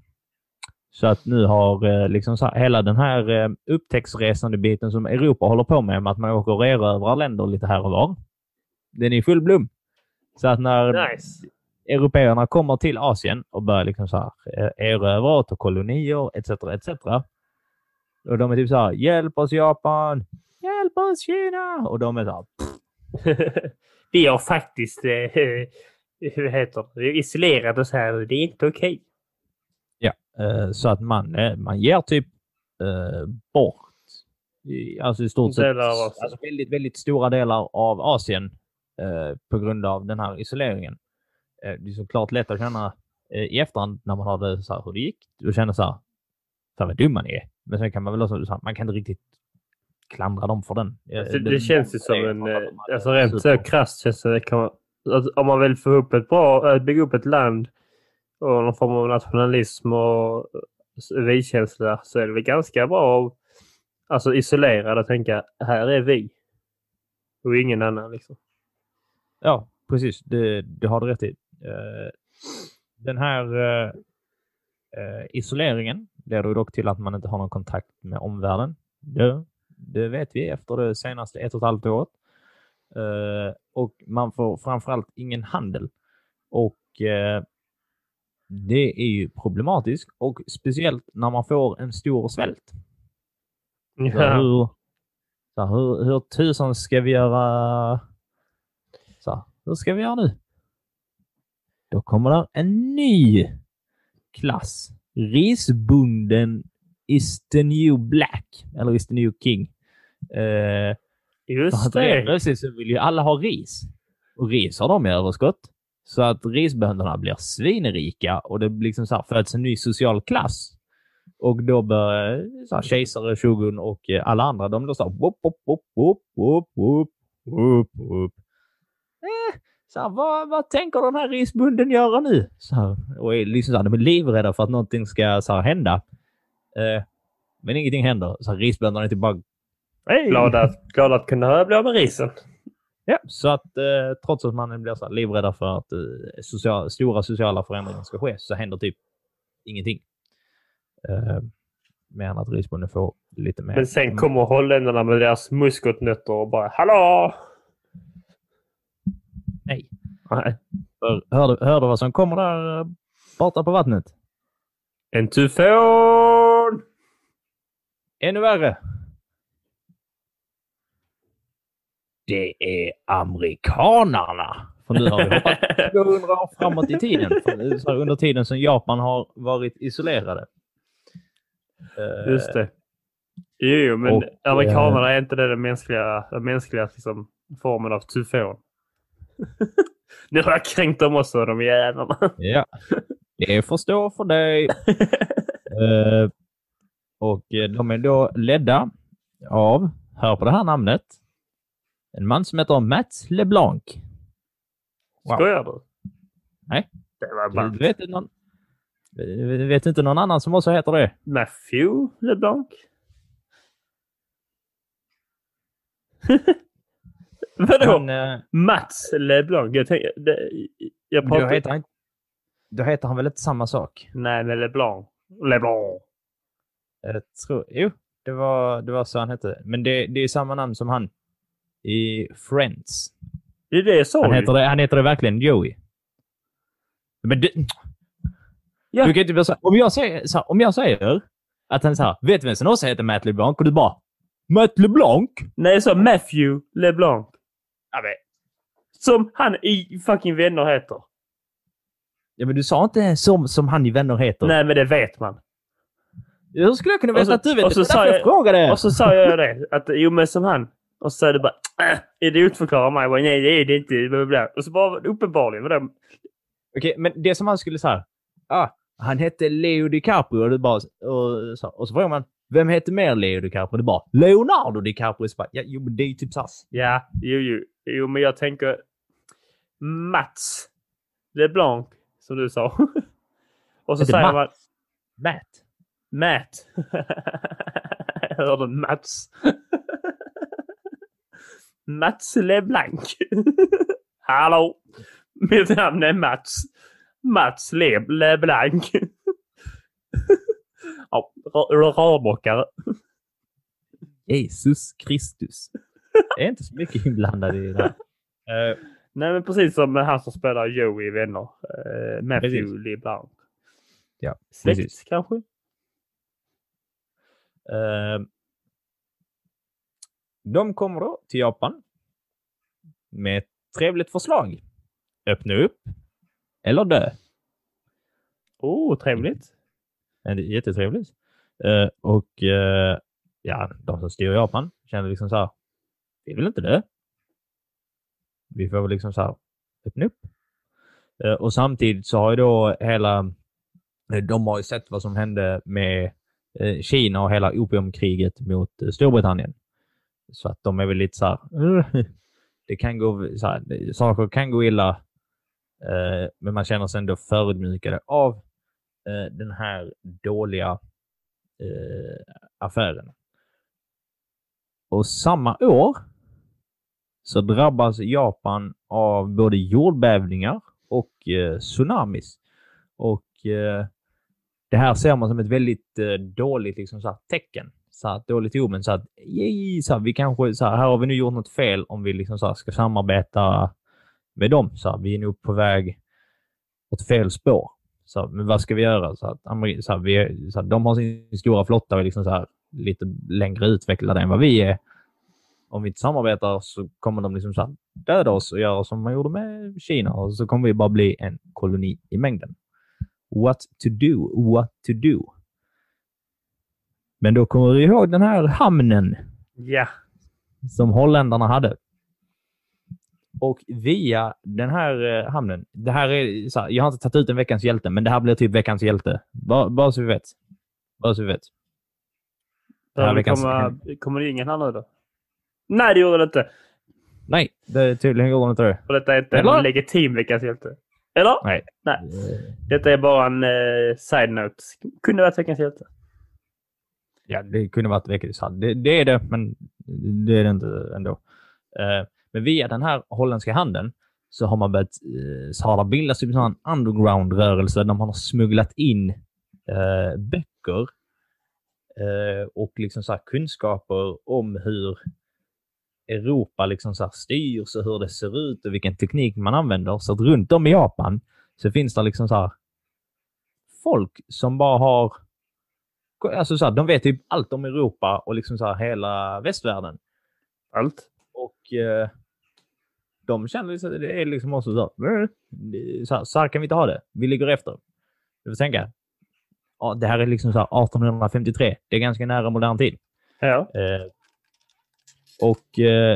så att nu har eh, liksom så här, hela den här eh, upptäcktsresande biten som Europa håller på med, med att man åker och erövrar länder lite här och var. Den är i full blom. Så att när Nice. européerna kommer till Asien och börjar liksom så här erövra och ta kolonier et cetera et cetera. Och de är typ så här, hjälp oss Japan, hjälp oss Kina. Och de är så här, Vi har faktiskt eh, hur heter det? Vi har isolerat oss här. Det är inte okej. Ja, eh, så att man, eh, man ger typ eh, bort i, alltså i stort sett Delar av Asien. alltså väldigt, väldigt stora delar av Asien eh, på grund av den här isoleringen. Eh, det är såklart lätt att känna eh, i efterhand när man har det så här hur det gick och känna så här, fan vad dum man är. Men sen kan man väl också, så här, man kan inte riktigt klandra dem för den. Eh, Alltså, det den känns ju som det, en, de eh, hade alltså rent så super- krasst känns det, kan man, alltså, om man vill få upp ett bra, äh, bygga upp ett land och någon form av nationalism och vi-känsla så är det väl ganska bra att alltså, isolera och tänka, här är vi. Och ingen annan liksom. Ja, precis. Det, det har du rätt i. Uh, den här uh, uh, isoleringen leder dock till att man inte har någon kontakt med omvärlden. Det, det vet vi efter det senaste ett och ett halvt året. Uh, och man får framförallt ingen handel. Och uh, det är ju problematiskt. Och speciellt när man får en stor svält. Ja. Så hur, så hur, hur tusan ska vi göra... Så, hur ska vi göra nu? Då kommer det en ny klass. Risbunden is the new black. Eller is the new king. Eh, Just för att det. plötsligt så vill ju alla ha ris. Och ris har de i överskott. Så att risbönderna blir svinrika. Och det liksom så här föds en ny social klass. Och då börjar så här, kejsare, shogun och alla andra. De då så här, whoop, whoop, whoop, whoop, whoop, whoop, whoop, whoop. Eh, så här, vad, vad tänker den här risbunden göra nu? Så här, och är liksom så här, de är livrädda för att någonting ska så här, hända. Eh, men ingenting händer. Så här, risbönderna är tillbaka. Hey! Glada att, glada att kunna bli av med risen. Ja, så att eh, trots att man blir så här, livrädda för att eh, social, stora sociala förändringar ska ske så händer typ ingenting. Eh, mer än att risbunden får lite mer. Men sen kommer holländarna med deras muskotnötter och bara hallå! Nej. Nej. Hör, hörde, hörde vad som kommer där borta på vattnet? En tyfon! Ännu värre. Det är amerikanarna. För nu har vi hoppat tvåhundra år framåt i tiden. För under tiden som Japan har varit isolerade. Just det. Jo, jo men och, amerikanerna är inte det den mänskliga, den mänskliga liksom, formen av tyfon. Nu har jag kränkt dem också, de jävlarna. Ja, det förstår för dig. uh, och de är då ledda av, hör på det här namnet, en man som heter Mats LeBlanc. Wow. Skojar du? Nej. Det var bara... Du vet inte någon, du vet inte någon annan som också heter det? Matthew LeBlanc? Vadå? Han, uh, Mats LeBlanc? Jag tänker... Det, jag pratar... Då heter han, då heter han väl inte samma sak? Nej, men LeBlanc. LeBlanc. Jag tror... Jo, det var, det var så han hette. Men det, det är samma namn som han i Friends. Det är det så. Han heter det, han heter det verkligen Joey. Men det... Ja. Du kan inte säga, om jag säger så här, om jag säger att han så här, vet vem som också heter Matt LeBlanc och du bara Matt LeBlanc? Nej, så Matthew LeBlanc. Ja, men. Som han i fucking Vänner heter. Ja, men du sa inte som, som han i Vänner heter. Nej, men det vet man. Hur skulle jag kunna veta så, att du vet? Och så, det sa jag, frågade. och så sa jag det. Att jo, men som han. Och så sa du bara äh, idiotförklara mig. Bara, nej, det är det inte. Och så bara uppenbarligen. Vadå? Okej, men det som han skulle säga. Ah, han hette Leo DiCaprio och, det bara, och, så, och så frågar man, vem heter mer Leo DiCaprio? Det bara, Leonardo DiCaprio. Så bara, ja, jo, men det är ju typ sass. Ja, jo, jo. Jo, men jag tänker Mats LeBlanc, som du sa. Och så säger Matt? man... Matt. Matt. Jag hörde Mats. Mats LeBlanc. Hallå. Mitt namn är Mats. Mats Le LeBlanc. Ja, rörbockare. Jesus Kristus. Det är inte så mycket inblandad i det här. Uh, Nej, men precis som han som spelar Joey i Vänner. Uh, Matthew LeBlanc. Ja, Släkt, precis. kanske? Uh, de kommer då till Japan med ett trevligt förslag. Öppna upp eller dö. Oh, trevligt. jättetrevligt. Uh, och uh, ja, de som styr Japan känner liksom så här, vi vill inte det. Vi får väl liksom så här öppna upp. Uh, och samtidigt så har ju då hela, de har ju sett vad som hände med uh, Kina och hela opiumkriget mot uh, Storbritannien. Så att de är väl lite så här, uh, det kan gå så här, saker kan gå illa, uh, men man känner sig ändå förödmjukade av uh, den här dåliga uh, affären. Och samma år så drabbas Japan av både jordbävningar och uh, tsunamis. Och uh, det här ser man som ett väldigt uh, dåligt liksom, så här, tecken. Så här, dåligt omen. Så att yay, så här, vi kanske, så här, här har vi nu gjort något fel om vi liksom, så här, ska samarbeta med dem. Så här, vi är nog på väg åt fel spår. Så här, men vad ska vi göra? Så att, så här, vi, så här, de har sin stora flotta och är liksom, så här, lite längre utvecklade än vad vi är. Om vi inte samarbetar så kommer de liksom, så här, döda oss och göra som man gjorde med Kina. Och så kommer vi bara bli en koloni i mängden. What to do? What to do? Men då kommer du ihåg den här hamnen. Ja. Som holländarna hade. Och via den här eh, hamnen. Det här är så här, jag har inte tagit ut en veckans hjälte. Men det här blir typ veckans hjälte. Bara, bara så vi vet. Bara så vi vet. Det här veckans... kommer, kommer det ingen här nu då? Nej, det gjorde det inte. Nej, det tydligen gjorde det inte det. Och detta är inte Eller? en legitim veckans hjälte. Eller? Nej. Nej. Detta är bara en eh, side note. Kunde varit veckans hjälte. Ja, det kunde varit veckans hjälte. Det, det är det, men det är det inte ändå. Uh, men via den här holländska handeln så har man börjat, uh, så har det bildats en sån underground-rörelse där man har smugglat in uh, böcker uh, och liksom så här kunskaper om hur Europa liksom så här styrs och hur det ser ut och vilken teknik man använder. Så att runt om i Japan så finns det liksom så här folk som bara har, alltså så här, de vet typ allt om Europa och liksom så här hela västvärlden. Allt. Och eh, de känner liksom, det är liksom också så här, så här, så här kan vi inte ha det. Vi ligger efter. Du får tänka, ja, det här är liksom så här arton femtiotre. Det är ganska nära modern tid. Ja. Eh, och eh,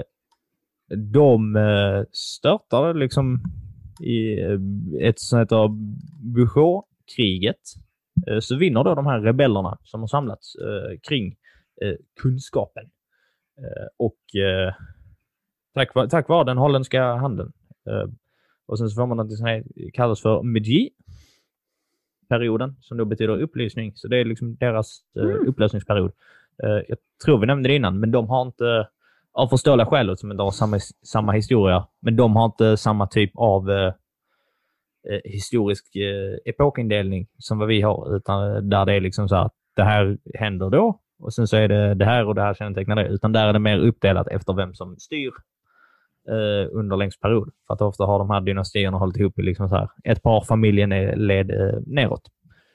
de eh, störtade liksom i eh, ett sånt här Bujou-kriget. Eh, så vinner då de här rebellerna som har samlats eh, kring eh, kunskapen. Eh, och eh, tack, var, tack vare den holländska handeln. Eh, och sen så får man något som här, kallas för Meiji-perioden, som då betyder upplysning. Så det är liksom deras eh, mm. upplösningsperiod. Eh, jag tror vi nämnde det innan, men de har inte, av förståeliga skäl som inte har samma, samma historia, men de har inte samma typ av eh, historisk eh, epokindelning som vad vi har, utan där det är liksom så att det här händer då och sen så är det det här och det här kännetecknar det, utan där är det mer uppdelat efter vem som styr eh, under längst period, för att ofta har de här dynastierna hållit ihop i liksom så här, ett par familjen är led eh, neråt.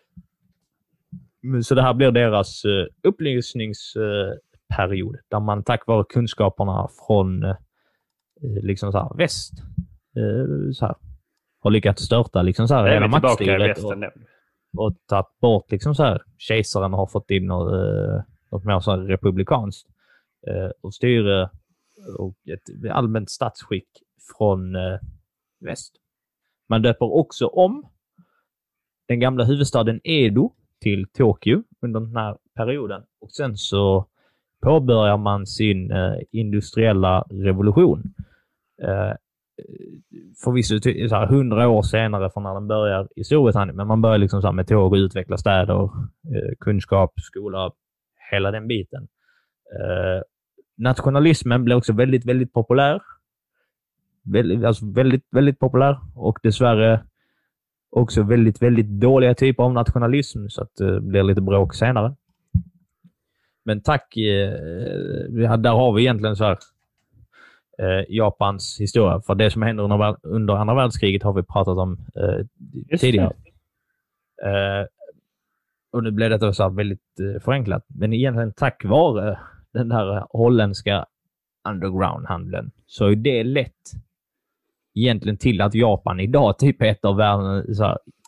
Så det här blir deras eh, upplysningsperiod eh, där man tack vare kunskaperna från eh, liksom så här, väst eh, så här, har lyckats störta liksom så här hela maktstyret och, och tagit bort liksom så här, kejsaren har fått in något, eh, något mer så här republikanskt eh, och styre och ett allmänt statsskick från eh, väst. Man döper också om den gamla huvudstaden Edo till Tokyo under den här perioden, och sen så påbörjar man sin eh, industriella revolution. Eh, förvisso så här, hundra år senare från när den börjar i Storbritannien, men man börjar liksom så här, med tåg och utveckla städer, eh, kunskap, skola, hela den biten. Eh, nationalismen blev också väldigt, väldigt populär. Väldigt, alltså väldigt, väldigt populär, och dessvärre också väldigt, väldigt dåliga typer av nationalism, så att det blir lite bråk senare. Men tack, eh, där har vi egentligen så här eh, Japans historia. För det som händer under, under andra världskriget har vi pratat om eh, tidigare. Eh, och nu blev det så här väldigt eh, förenklat. Men egentligen tack vare den här holländska underground-handeln så är det lätt egentligen till att Japan idag typ är ett av världens så här,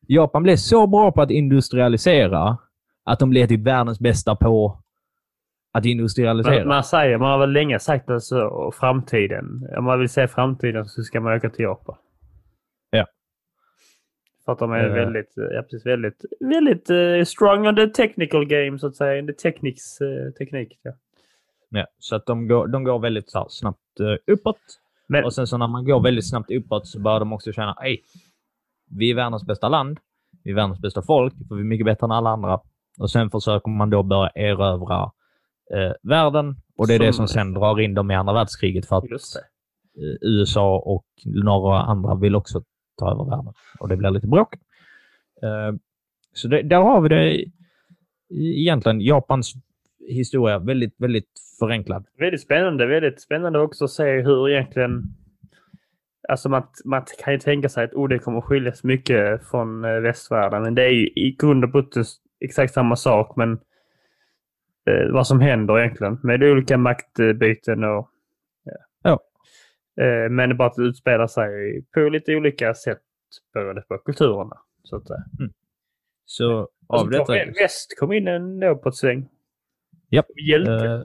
Japan blev så bra på att industrialisera att de blev typ världens bästa på att industrialisera. Man, man säger, man har väl länge sagt alltså framtiden. Om man vill se framtiden så ska man åka till Japan. Ja. För att de är uh, väldigt, ja, precis, väldigt, väldigt uh, strong on the technical game så att säga. In the technics, uh, teknik. Ja. Ja, så att de går, de går väldigt så här, snabbt uh, uppåt. Men, och sen så när man går väldigt snabbt uppåt så bör de också känna, ej, vi är världens bästa land. Vi är världens bästa folk. För vi är mycket bättre än alla andra. Och sen försöker man då börja erövra eh, världen. Och det är som, det som sen drar in dem i andra världskriget. För att eh, U S A och några andra vill också ta över världen. Och det blir lite bråk. Eh, så det, där har vi det egentligen. Japans historia väldigt, väldigt förenklad. Väldigt spännande. Väldigt spännande också att se hur egentligen... Alltså man, man kan ju tänka sig att oh, det kommer att skiljas mycket från eh, västvärlden. Men det är ju i grund och botten exakt samma sak. Men eh, vad som händer egentligen med olika maktbyten och... Ja. ja. Eh, men det bara att utspela sig på lite olika sätt beroende på kulturerna. Så att säga. Mm. Så av alltså, detta... Väst kom in ändå på ett sväng. Japp. Hjälte. Uh...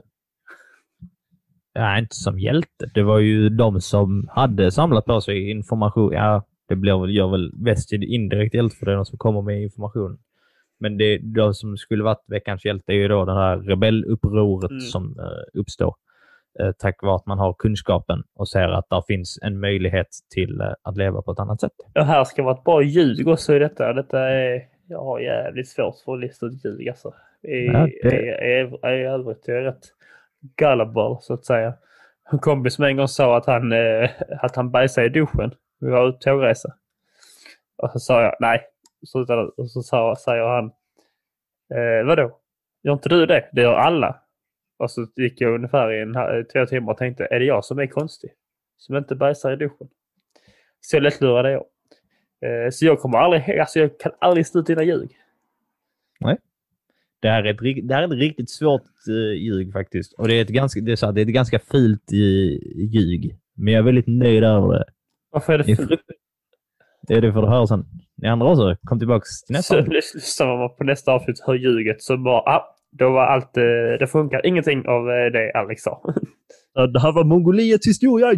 Ja, inte som hjälte. Det var ju de som hade samlat på sig information. Ja, det blir väl, gör väl väst indirekt hjälte för det är de som kommer med information. Men det de som skulle varit veckans hjälte är ju då det här rebellupproret mm. som uh, uppstår. Uh, tack vare att man har kunskapen och ser att där finns en möjlighet till uh, att leva på ett annat sätt. Det här ska vara ett bra ljug också i detta. Detta är ja, jävligt svårt för att lista ett ljug alltså. I, ja, det... är, är, är övrigt är rätt gullible så att säga. En kompis med en gång sa att han, eh, att han bajsade i duschen. Vi var ute tågresa. Och så sa jag, nej. Så, och så sa, säger han, eh, vadå? Gör inte du det? Det gör alla. Och så gick jag ungefär i en, två timmar och tänkte, är det jag som är konstig? Som inte bajsar i duschen? Så lätt lurade jag. Eh, så jag kommer aldrig, alltså jag kan aldrig stå dina ljug. Nej. Det här är ett, det här är ett riktigt svårt uh, ljug faktiskt. Och det är ett ganska, det är så här, det är ett ganska fult uh, ljug. Men jag är väldigt nöjd över det. Varför är det fult? Det är det för att höra sen. Ni andra också, kom tillbaka till nästa. Så lyssnar man på nästa avsnitt hör ljuget så bara, ah, då var allt, uh, det funkar. Ingenting av uh, det Alex sa. Ja, det här var Mongoliets historia.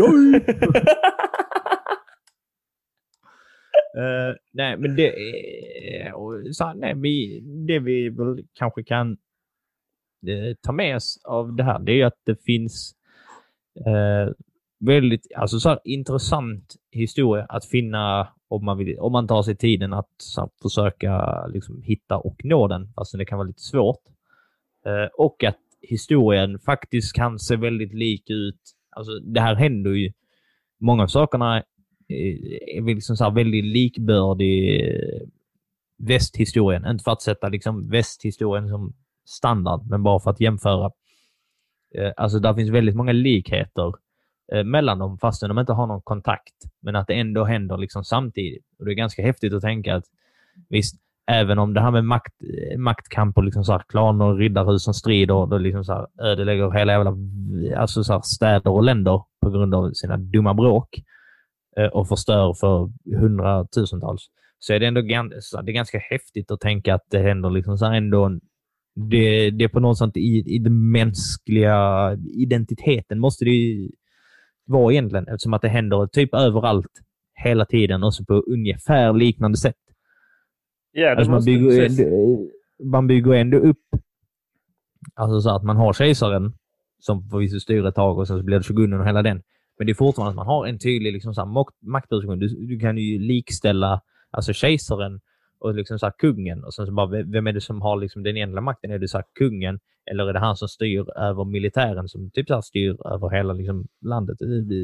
Uh, nej, men det är så, nej, vi, det vi väl kanske kan uh, ta med oss av det här, det är att det finns uh, väldigt alltså, så här, intressant historia att finna om man, vill, om man tar sig tiden att så här, försöka liksom, hitta och nå den, fast det kan vara lite svårt. Uh, och att historien faktiskt kan se väldigt lik ut. Alltså, det här händer ju. Många av sakerna är liksom så här väldigt likbördig västhistorien. Inte för att sätta liksom västhistorien som standard, men bara för att jämföra. Alltså där finns väldigt många likheter mellan dem fastän de inte har någon kontakt. Men att det ändå händer liksom samtidigt. Och det är ganska häftigt att tänka att visst, även om det här med makt, maktkamp och liksom så här klaner och riddarhus som strider och liksom så här ödelägger hela jävla alltså så här städer och länder på grund av sina dumma bråk och förstör för hundratusentals, så är det ändå ganska, det är ganska häftigt att tänka att det händer liksom så här ändå, det, det är på något sätt i, i den mänskliga identiteten måste det ju vara egentligen, eftersom att det händer typ överallt hela tiden och så på ungefär liknande sätt. Yeah, alltså man, bygger ändå, man bygger ändå upp alltså så att man har kejsaren som förvisso styr ett tag och sen så blir det shogunen och hela den. Men det är fortfarande att man har en tydlig liksom, så här, maktposition. Du, du kan ju likställa alltså, kejsaren och liksom, så här, kungen. Och sen så bara, vem är det som har liksom, den egentliga makten? Är det så här, kungen? Eller är det han som styr över militären som typ så här, styr över hela liksom, landet?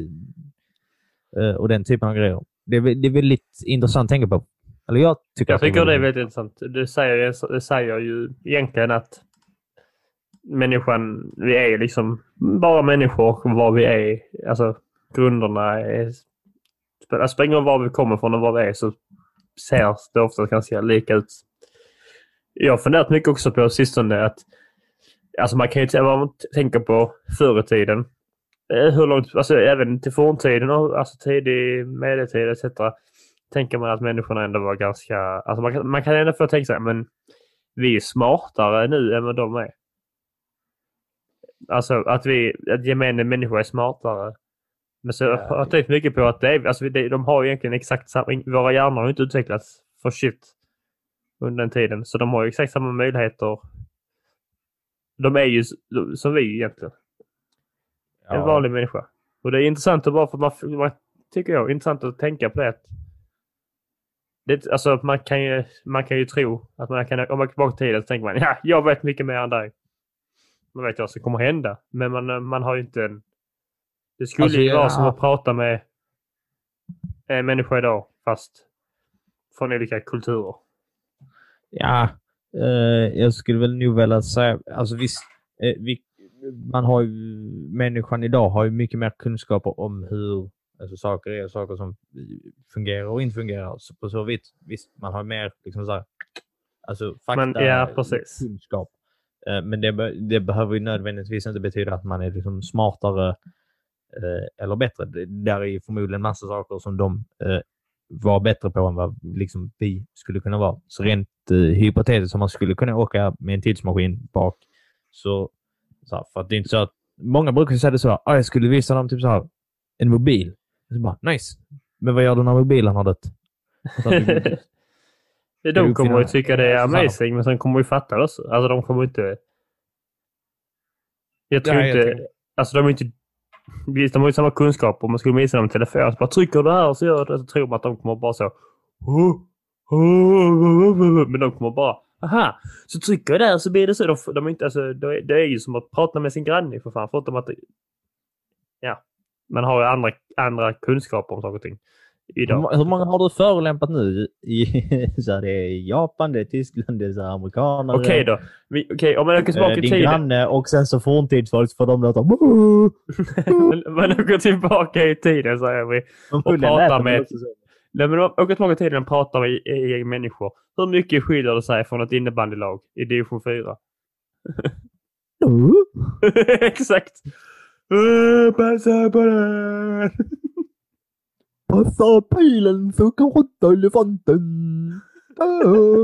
Och den typen av grejer. Det är, det är väldigt intressant att tänka på. Eller jag tycker, jag att tycker det, det är väldigt intressant. Du säger, det säger ju egentligen att människan, vi är liksom bara människor vad vi är. Alltså grunderna är, alltså springer var vi kommer från och var vi är så ser det ofta ganska lika ut. Jag har funderat mycket också på sistone att alltså man kan ju vad man tänker på förr i tiden. Hur långt, alltså även till forntiden och alltså tidig medeltid et cetera. tänker man att människorna ändå var ganska... Alltså man kan, man kan ändå få tänka sig, men vi är smartare nu än vad de är. Alltså att vi, att gemene människor är smartare. Men så jag har tänkt mycket på att det är, alltså det, de har egentligen exakt samma... Våra hjärnor har inte utvecklats för shit under den tiden. Så de har ju exakt samma möjligheter. De är ju som vi egentligen. Ja. En vanlig människa. Och det är intressant att bara för man, man tycker jag, intressant att tänka på det. Det alltså man kan ju man kan ju tro att man kan, om man går tillbaka till tiden så tänker man, ja, jag vet mycket mer än dig. Man vet vad som kommer hända, men man man har ju inte en, det skulle alltså, ju vara ja. som att prata med en människa idag fast från olika kulturer. Ja, eh, jag skulle väl nog vilja säga, alltså visst, eh, vi, man har ju, människan idag har ju mycket mer kunskaper om hur alltså saker är, saker som fungerar och inte fungerar. Så på så vitt, visst, man har mer liksom så här, alltså fakta, men, ja, precis. kunskap. Eh, men det, det behöver ju nödvändigtvis inte betyda att man är liksom smartare eh, eller bättre. Det, där är förmodligen massa saker som de eh, var bättre på än vad liksom vi skulle kunna vara. Så rent eh, hypotetiskt som man skulle kunna åka med en tidsmaskin bak. Så, så här, för att det är inte så att många brukar säga det så här, ah, jag skulle visa dem typ så här en mobil. Så bara, nice. Men vad gör du när mobilen har dött? Vi, de kommer ju tycka det är amazing, men sen kommer vi fatta det också. Alltså de kommer inte... Jag tror ja, inte... Jag tror... Alltså de är inte... De har ju samma kunskap om man skulle visa dem en telefon. Så bara trycker du här och så gör det. Så tror man att de kommer bara så... Men de kommer bara... Aha, så trycker jag där så blir det så. De, de är inte, alltså, det är ju som att prata med sin granne för fan. Förutom att... Ja. Man har ju andra, andra kunskaper om saker och ting idag. Hur många har du förolämpat nu? I, så här, det är Japan, det är Tyskland, det är så här, amerikaner. Okej okay då. Okej, okay, om man åker tillbaka i tiden. Din granne och sen så forntidsfolk för de låter... Man åker tillbaka i tiden, säger vi. Och pratar med... Nej, men om man åker tillbaka i tiden och pratar med egna människor. Hur mycket skiljer det sig från ett innebandylag i division fyra? Exakt. Uh, passa på den! Passa pilen så kan skjuta elefanten! Uh.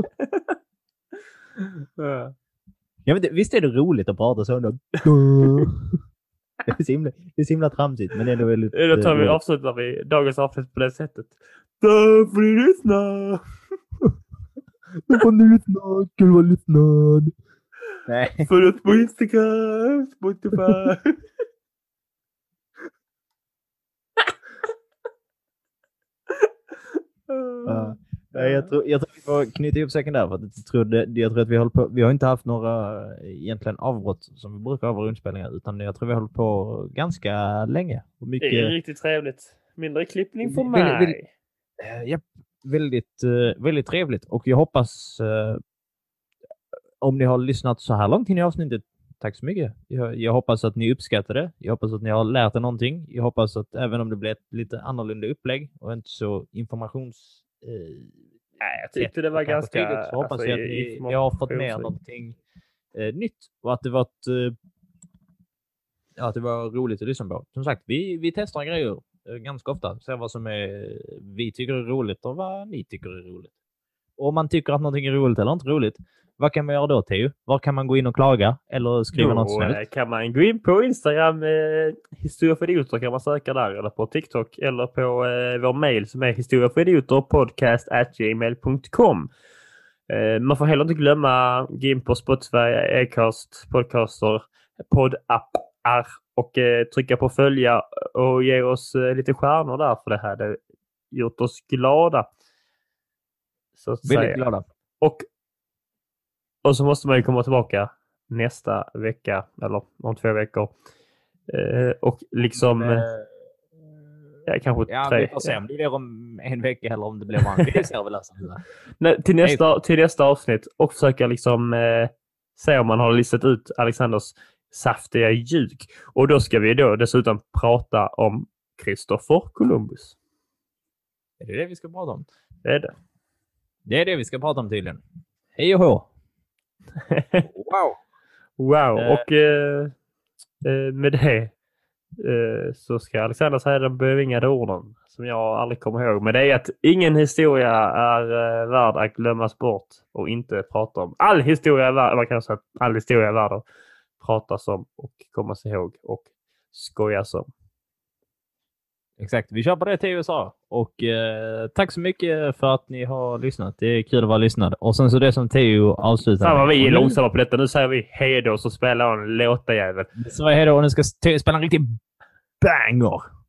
uh. Ja, men det, visst är det roligt att prata så? Uh. Det är så himla, det är så himla tramsigt, men det är ändå väldigt... Då tar vi, avslutar vi dagens avsnitt på det sättet. Då får ni lyssna! Då får ni lyssna, kul vad lyssnad! Nej. För att på Instagram, Spotify... Uh, jag, tror, jag tror vi får knyta ihop säcken där för att jag tror, det, jag tror att vi håller på, vi har inte haft några egentligen avbrott som vi brukar ha våra inspelningar, utan jag tror vi har hållit på ganska länge. Och mycket, det är riktigt trevligt. Mindre klippning för mig. Väldigt, väldigt, ja, väldigt, väldigt trevligt, och jag hoppas uh, om ni har lyssnat så här långt in i avsnittet, tack så mycket. Jag, jag hoppas att ni uppskattar det. Jag hoppas att ni har lärt er någonting. Jag hoppas att även om det blir ett lite annorlunda upplägg och inte så informations... Eh, Nej, jag tyckte det var ganska... Tidigt, så hoppas alltså, jag att ni, ni har fått med någonting eh, nytt. Och att det var ett, eh, ja, att det var roligt att lyssna på. Som sagt, vi, vi testar grejer eh, ganska ofta. Ser vad som är, vi tycker är roligt och vad ni tycker är roligt. Och om man tycker att någonting är roligt eller inte roligt, vad kan man göra då, Theo? Var kan man gå in och klaga? Eller skriva då, något snällt? Kan man gå in på Instagram, eh, historia för idioter kan man söka där. Eller på TikTok. Eller på eh, vår mail som är historia för idioter podcast at gmail dot com. Eh, man får heller inte glömma gå in på Spotify, Acast, Podcaster, poddappar och eh, trycka på följa och ge oss eh, lite stjärnor där, för det här det gjort oss glada. Så att Väldigt säga. glada. Och Och så måste man ju komma tillbaka nästa vecka, eller om två veckor. Eh, och liksom... Men, ja, kanske ja, tre. Vi får se om det blir om en vecka eller om det blir man. Det ser väl alltså. Nej, till, nästa, till nästa avsnitt. Och försöka liksom eh, se om man har listat ut Alexanders saftiga ljug. Och då ska vi då dessutom prata om Christopher Columbus. Är det det vi ska prata om? Det är det. Det är det vi ska prata om tydligen. Hej och hå! Wow. Wow. Uh, och uh, uh, med det eh, så ska Alexander säga de bevingade orden som jag aldrig kommer ihåg. Men det är att ingen historia är eh, värd att glömmas bort och inte prata om. All historia är värd, man kan säga att all historia är värd att pratas om och komma sig ihåg och skojas om. Exakt, vi kör på det till U S A. Och eh, tack så mycket för att ni har lyssnat. Det är kul att vara lyssnad. Och sen så det som Theo avslutar. Fan vad vi är långsamma på detta. Nu säger vi hej då så spelar en låta jävel. Så hej då och nu ska Theo spela en riktig banger.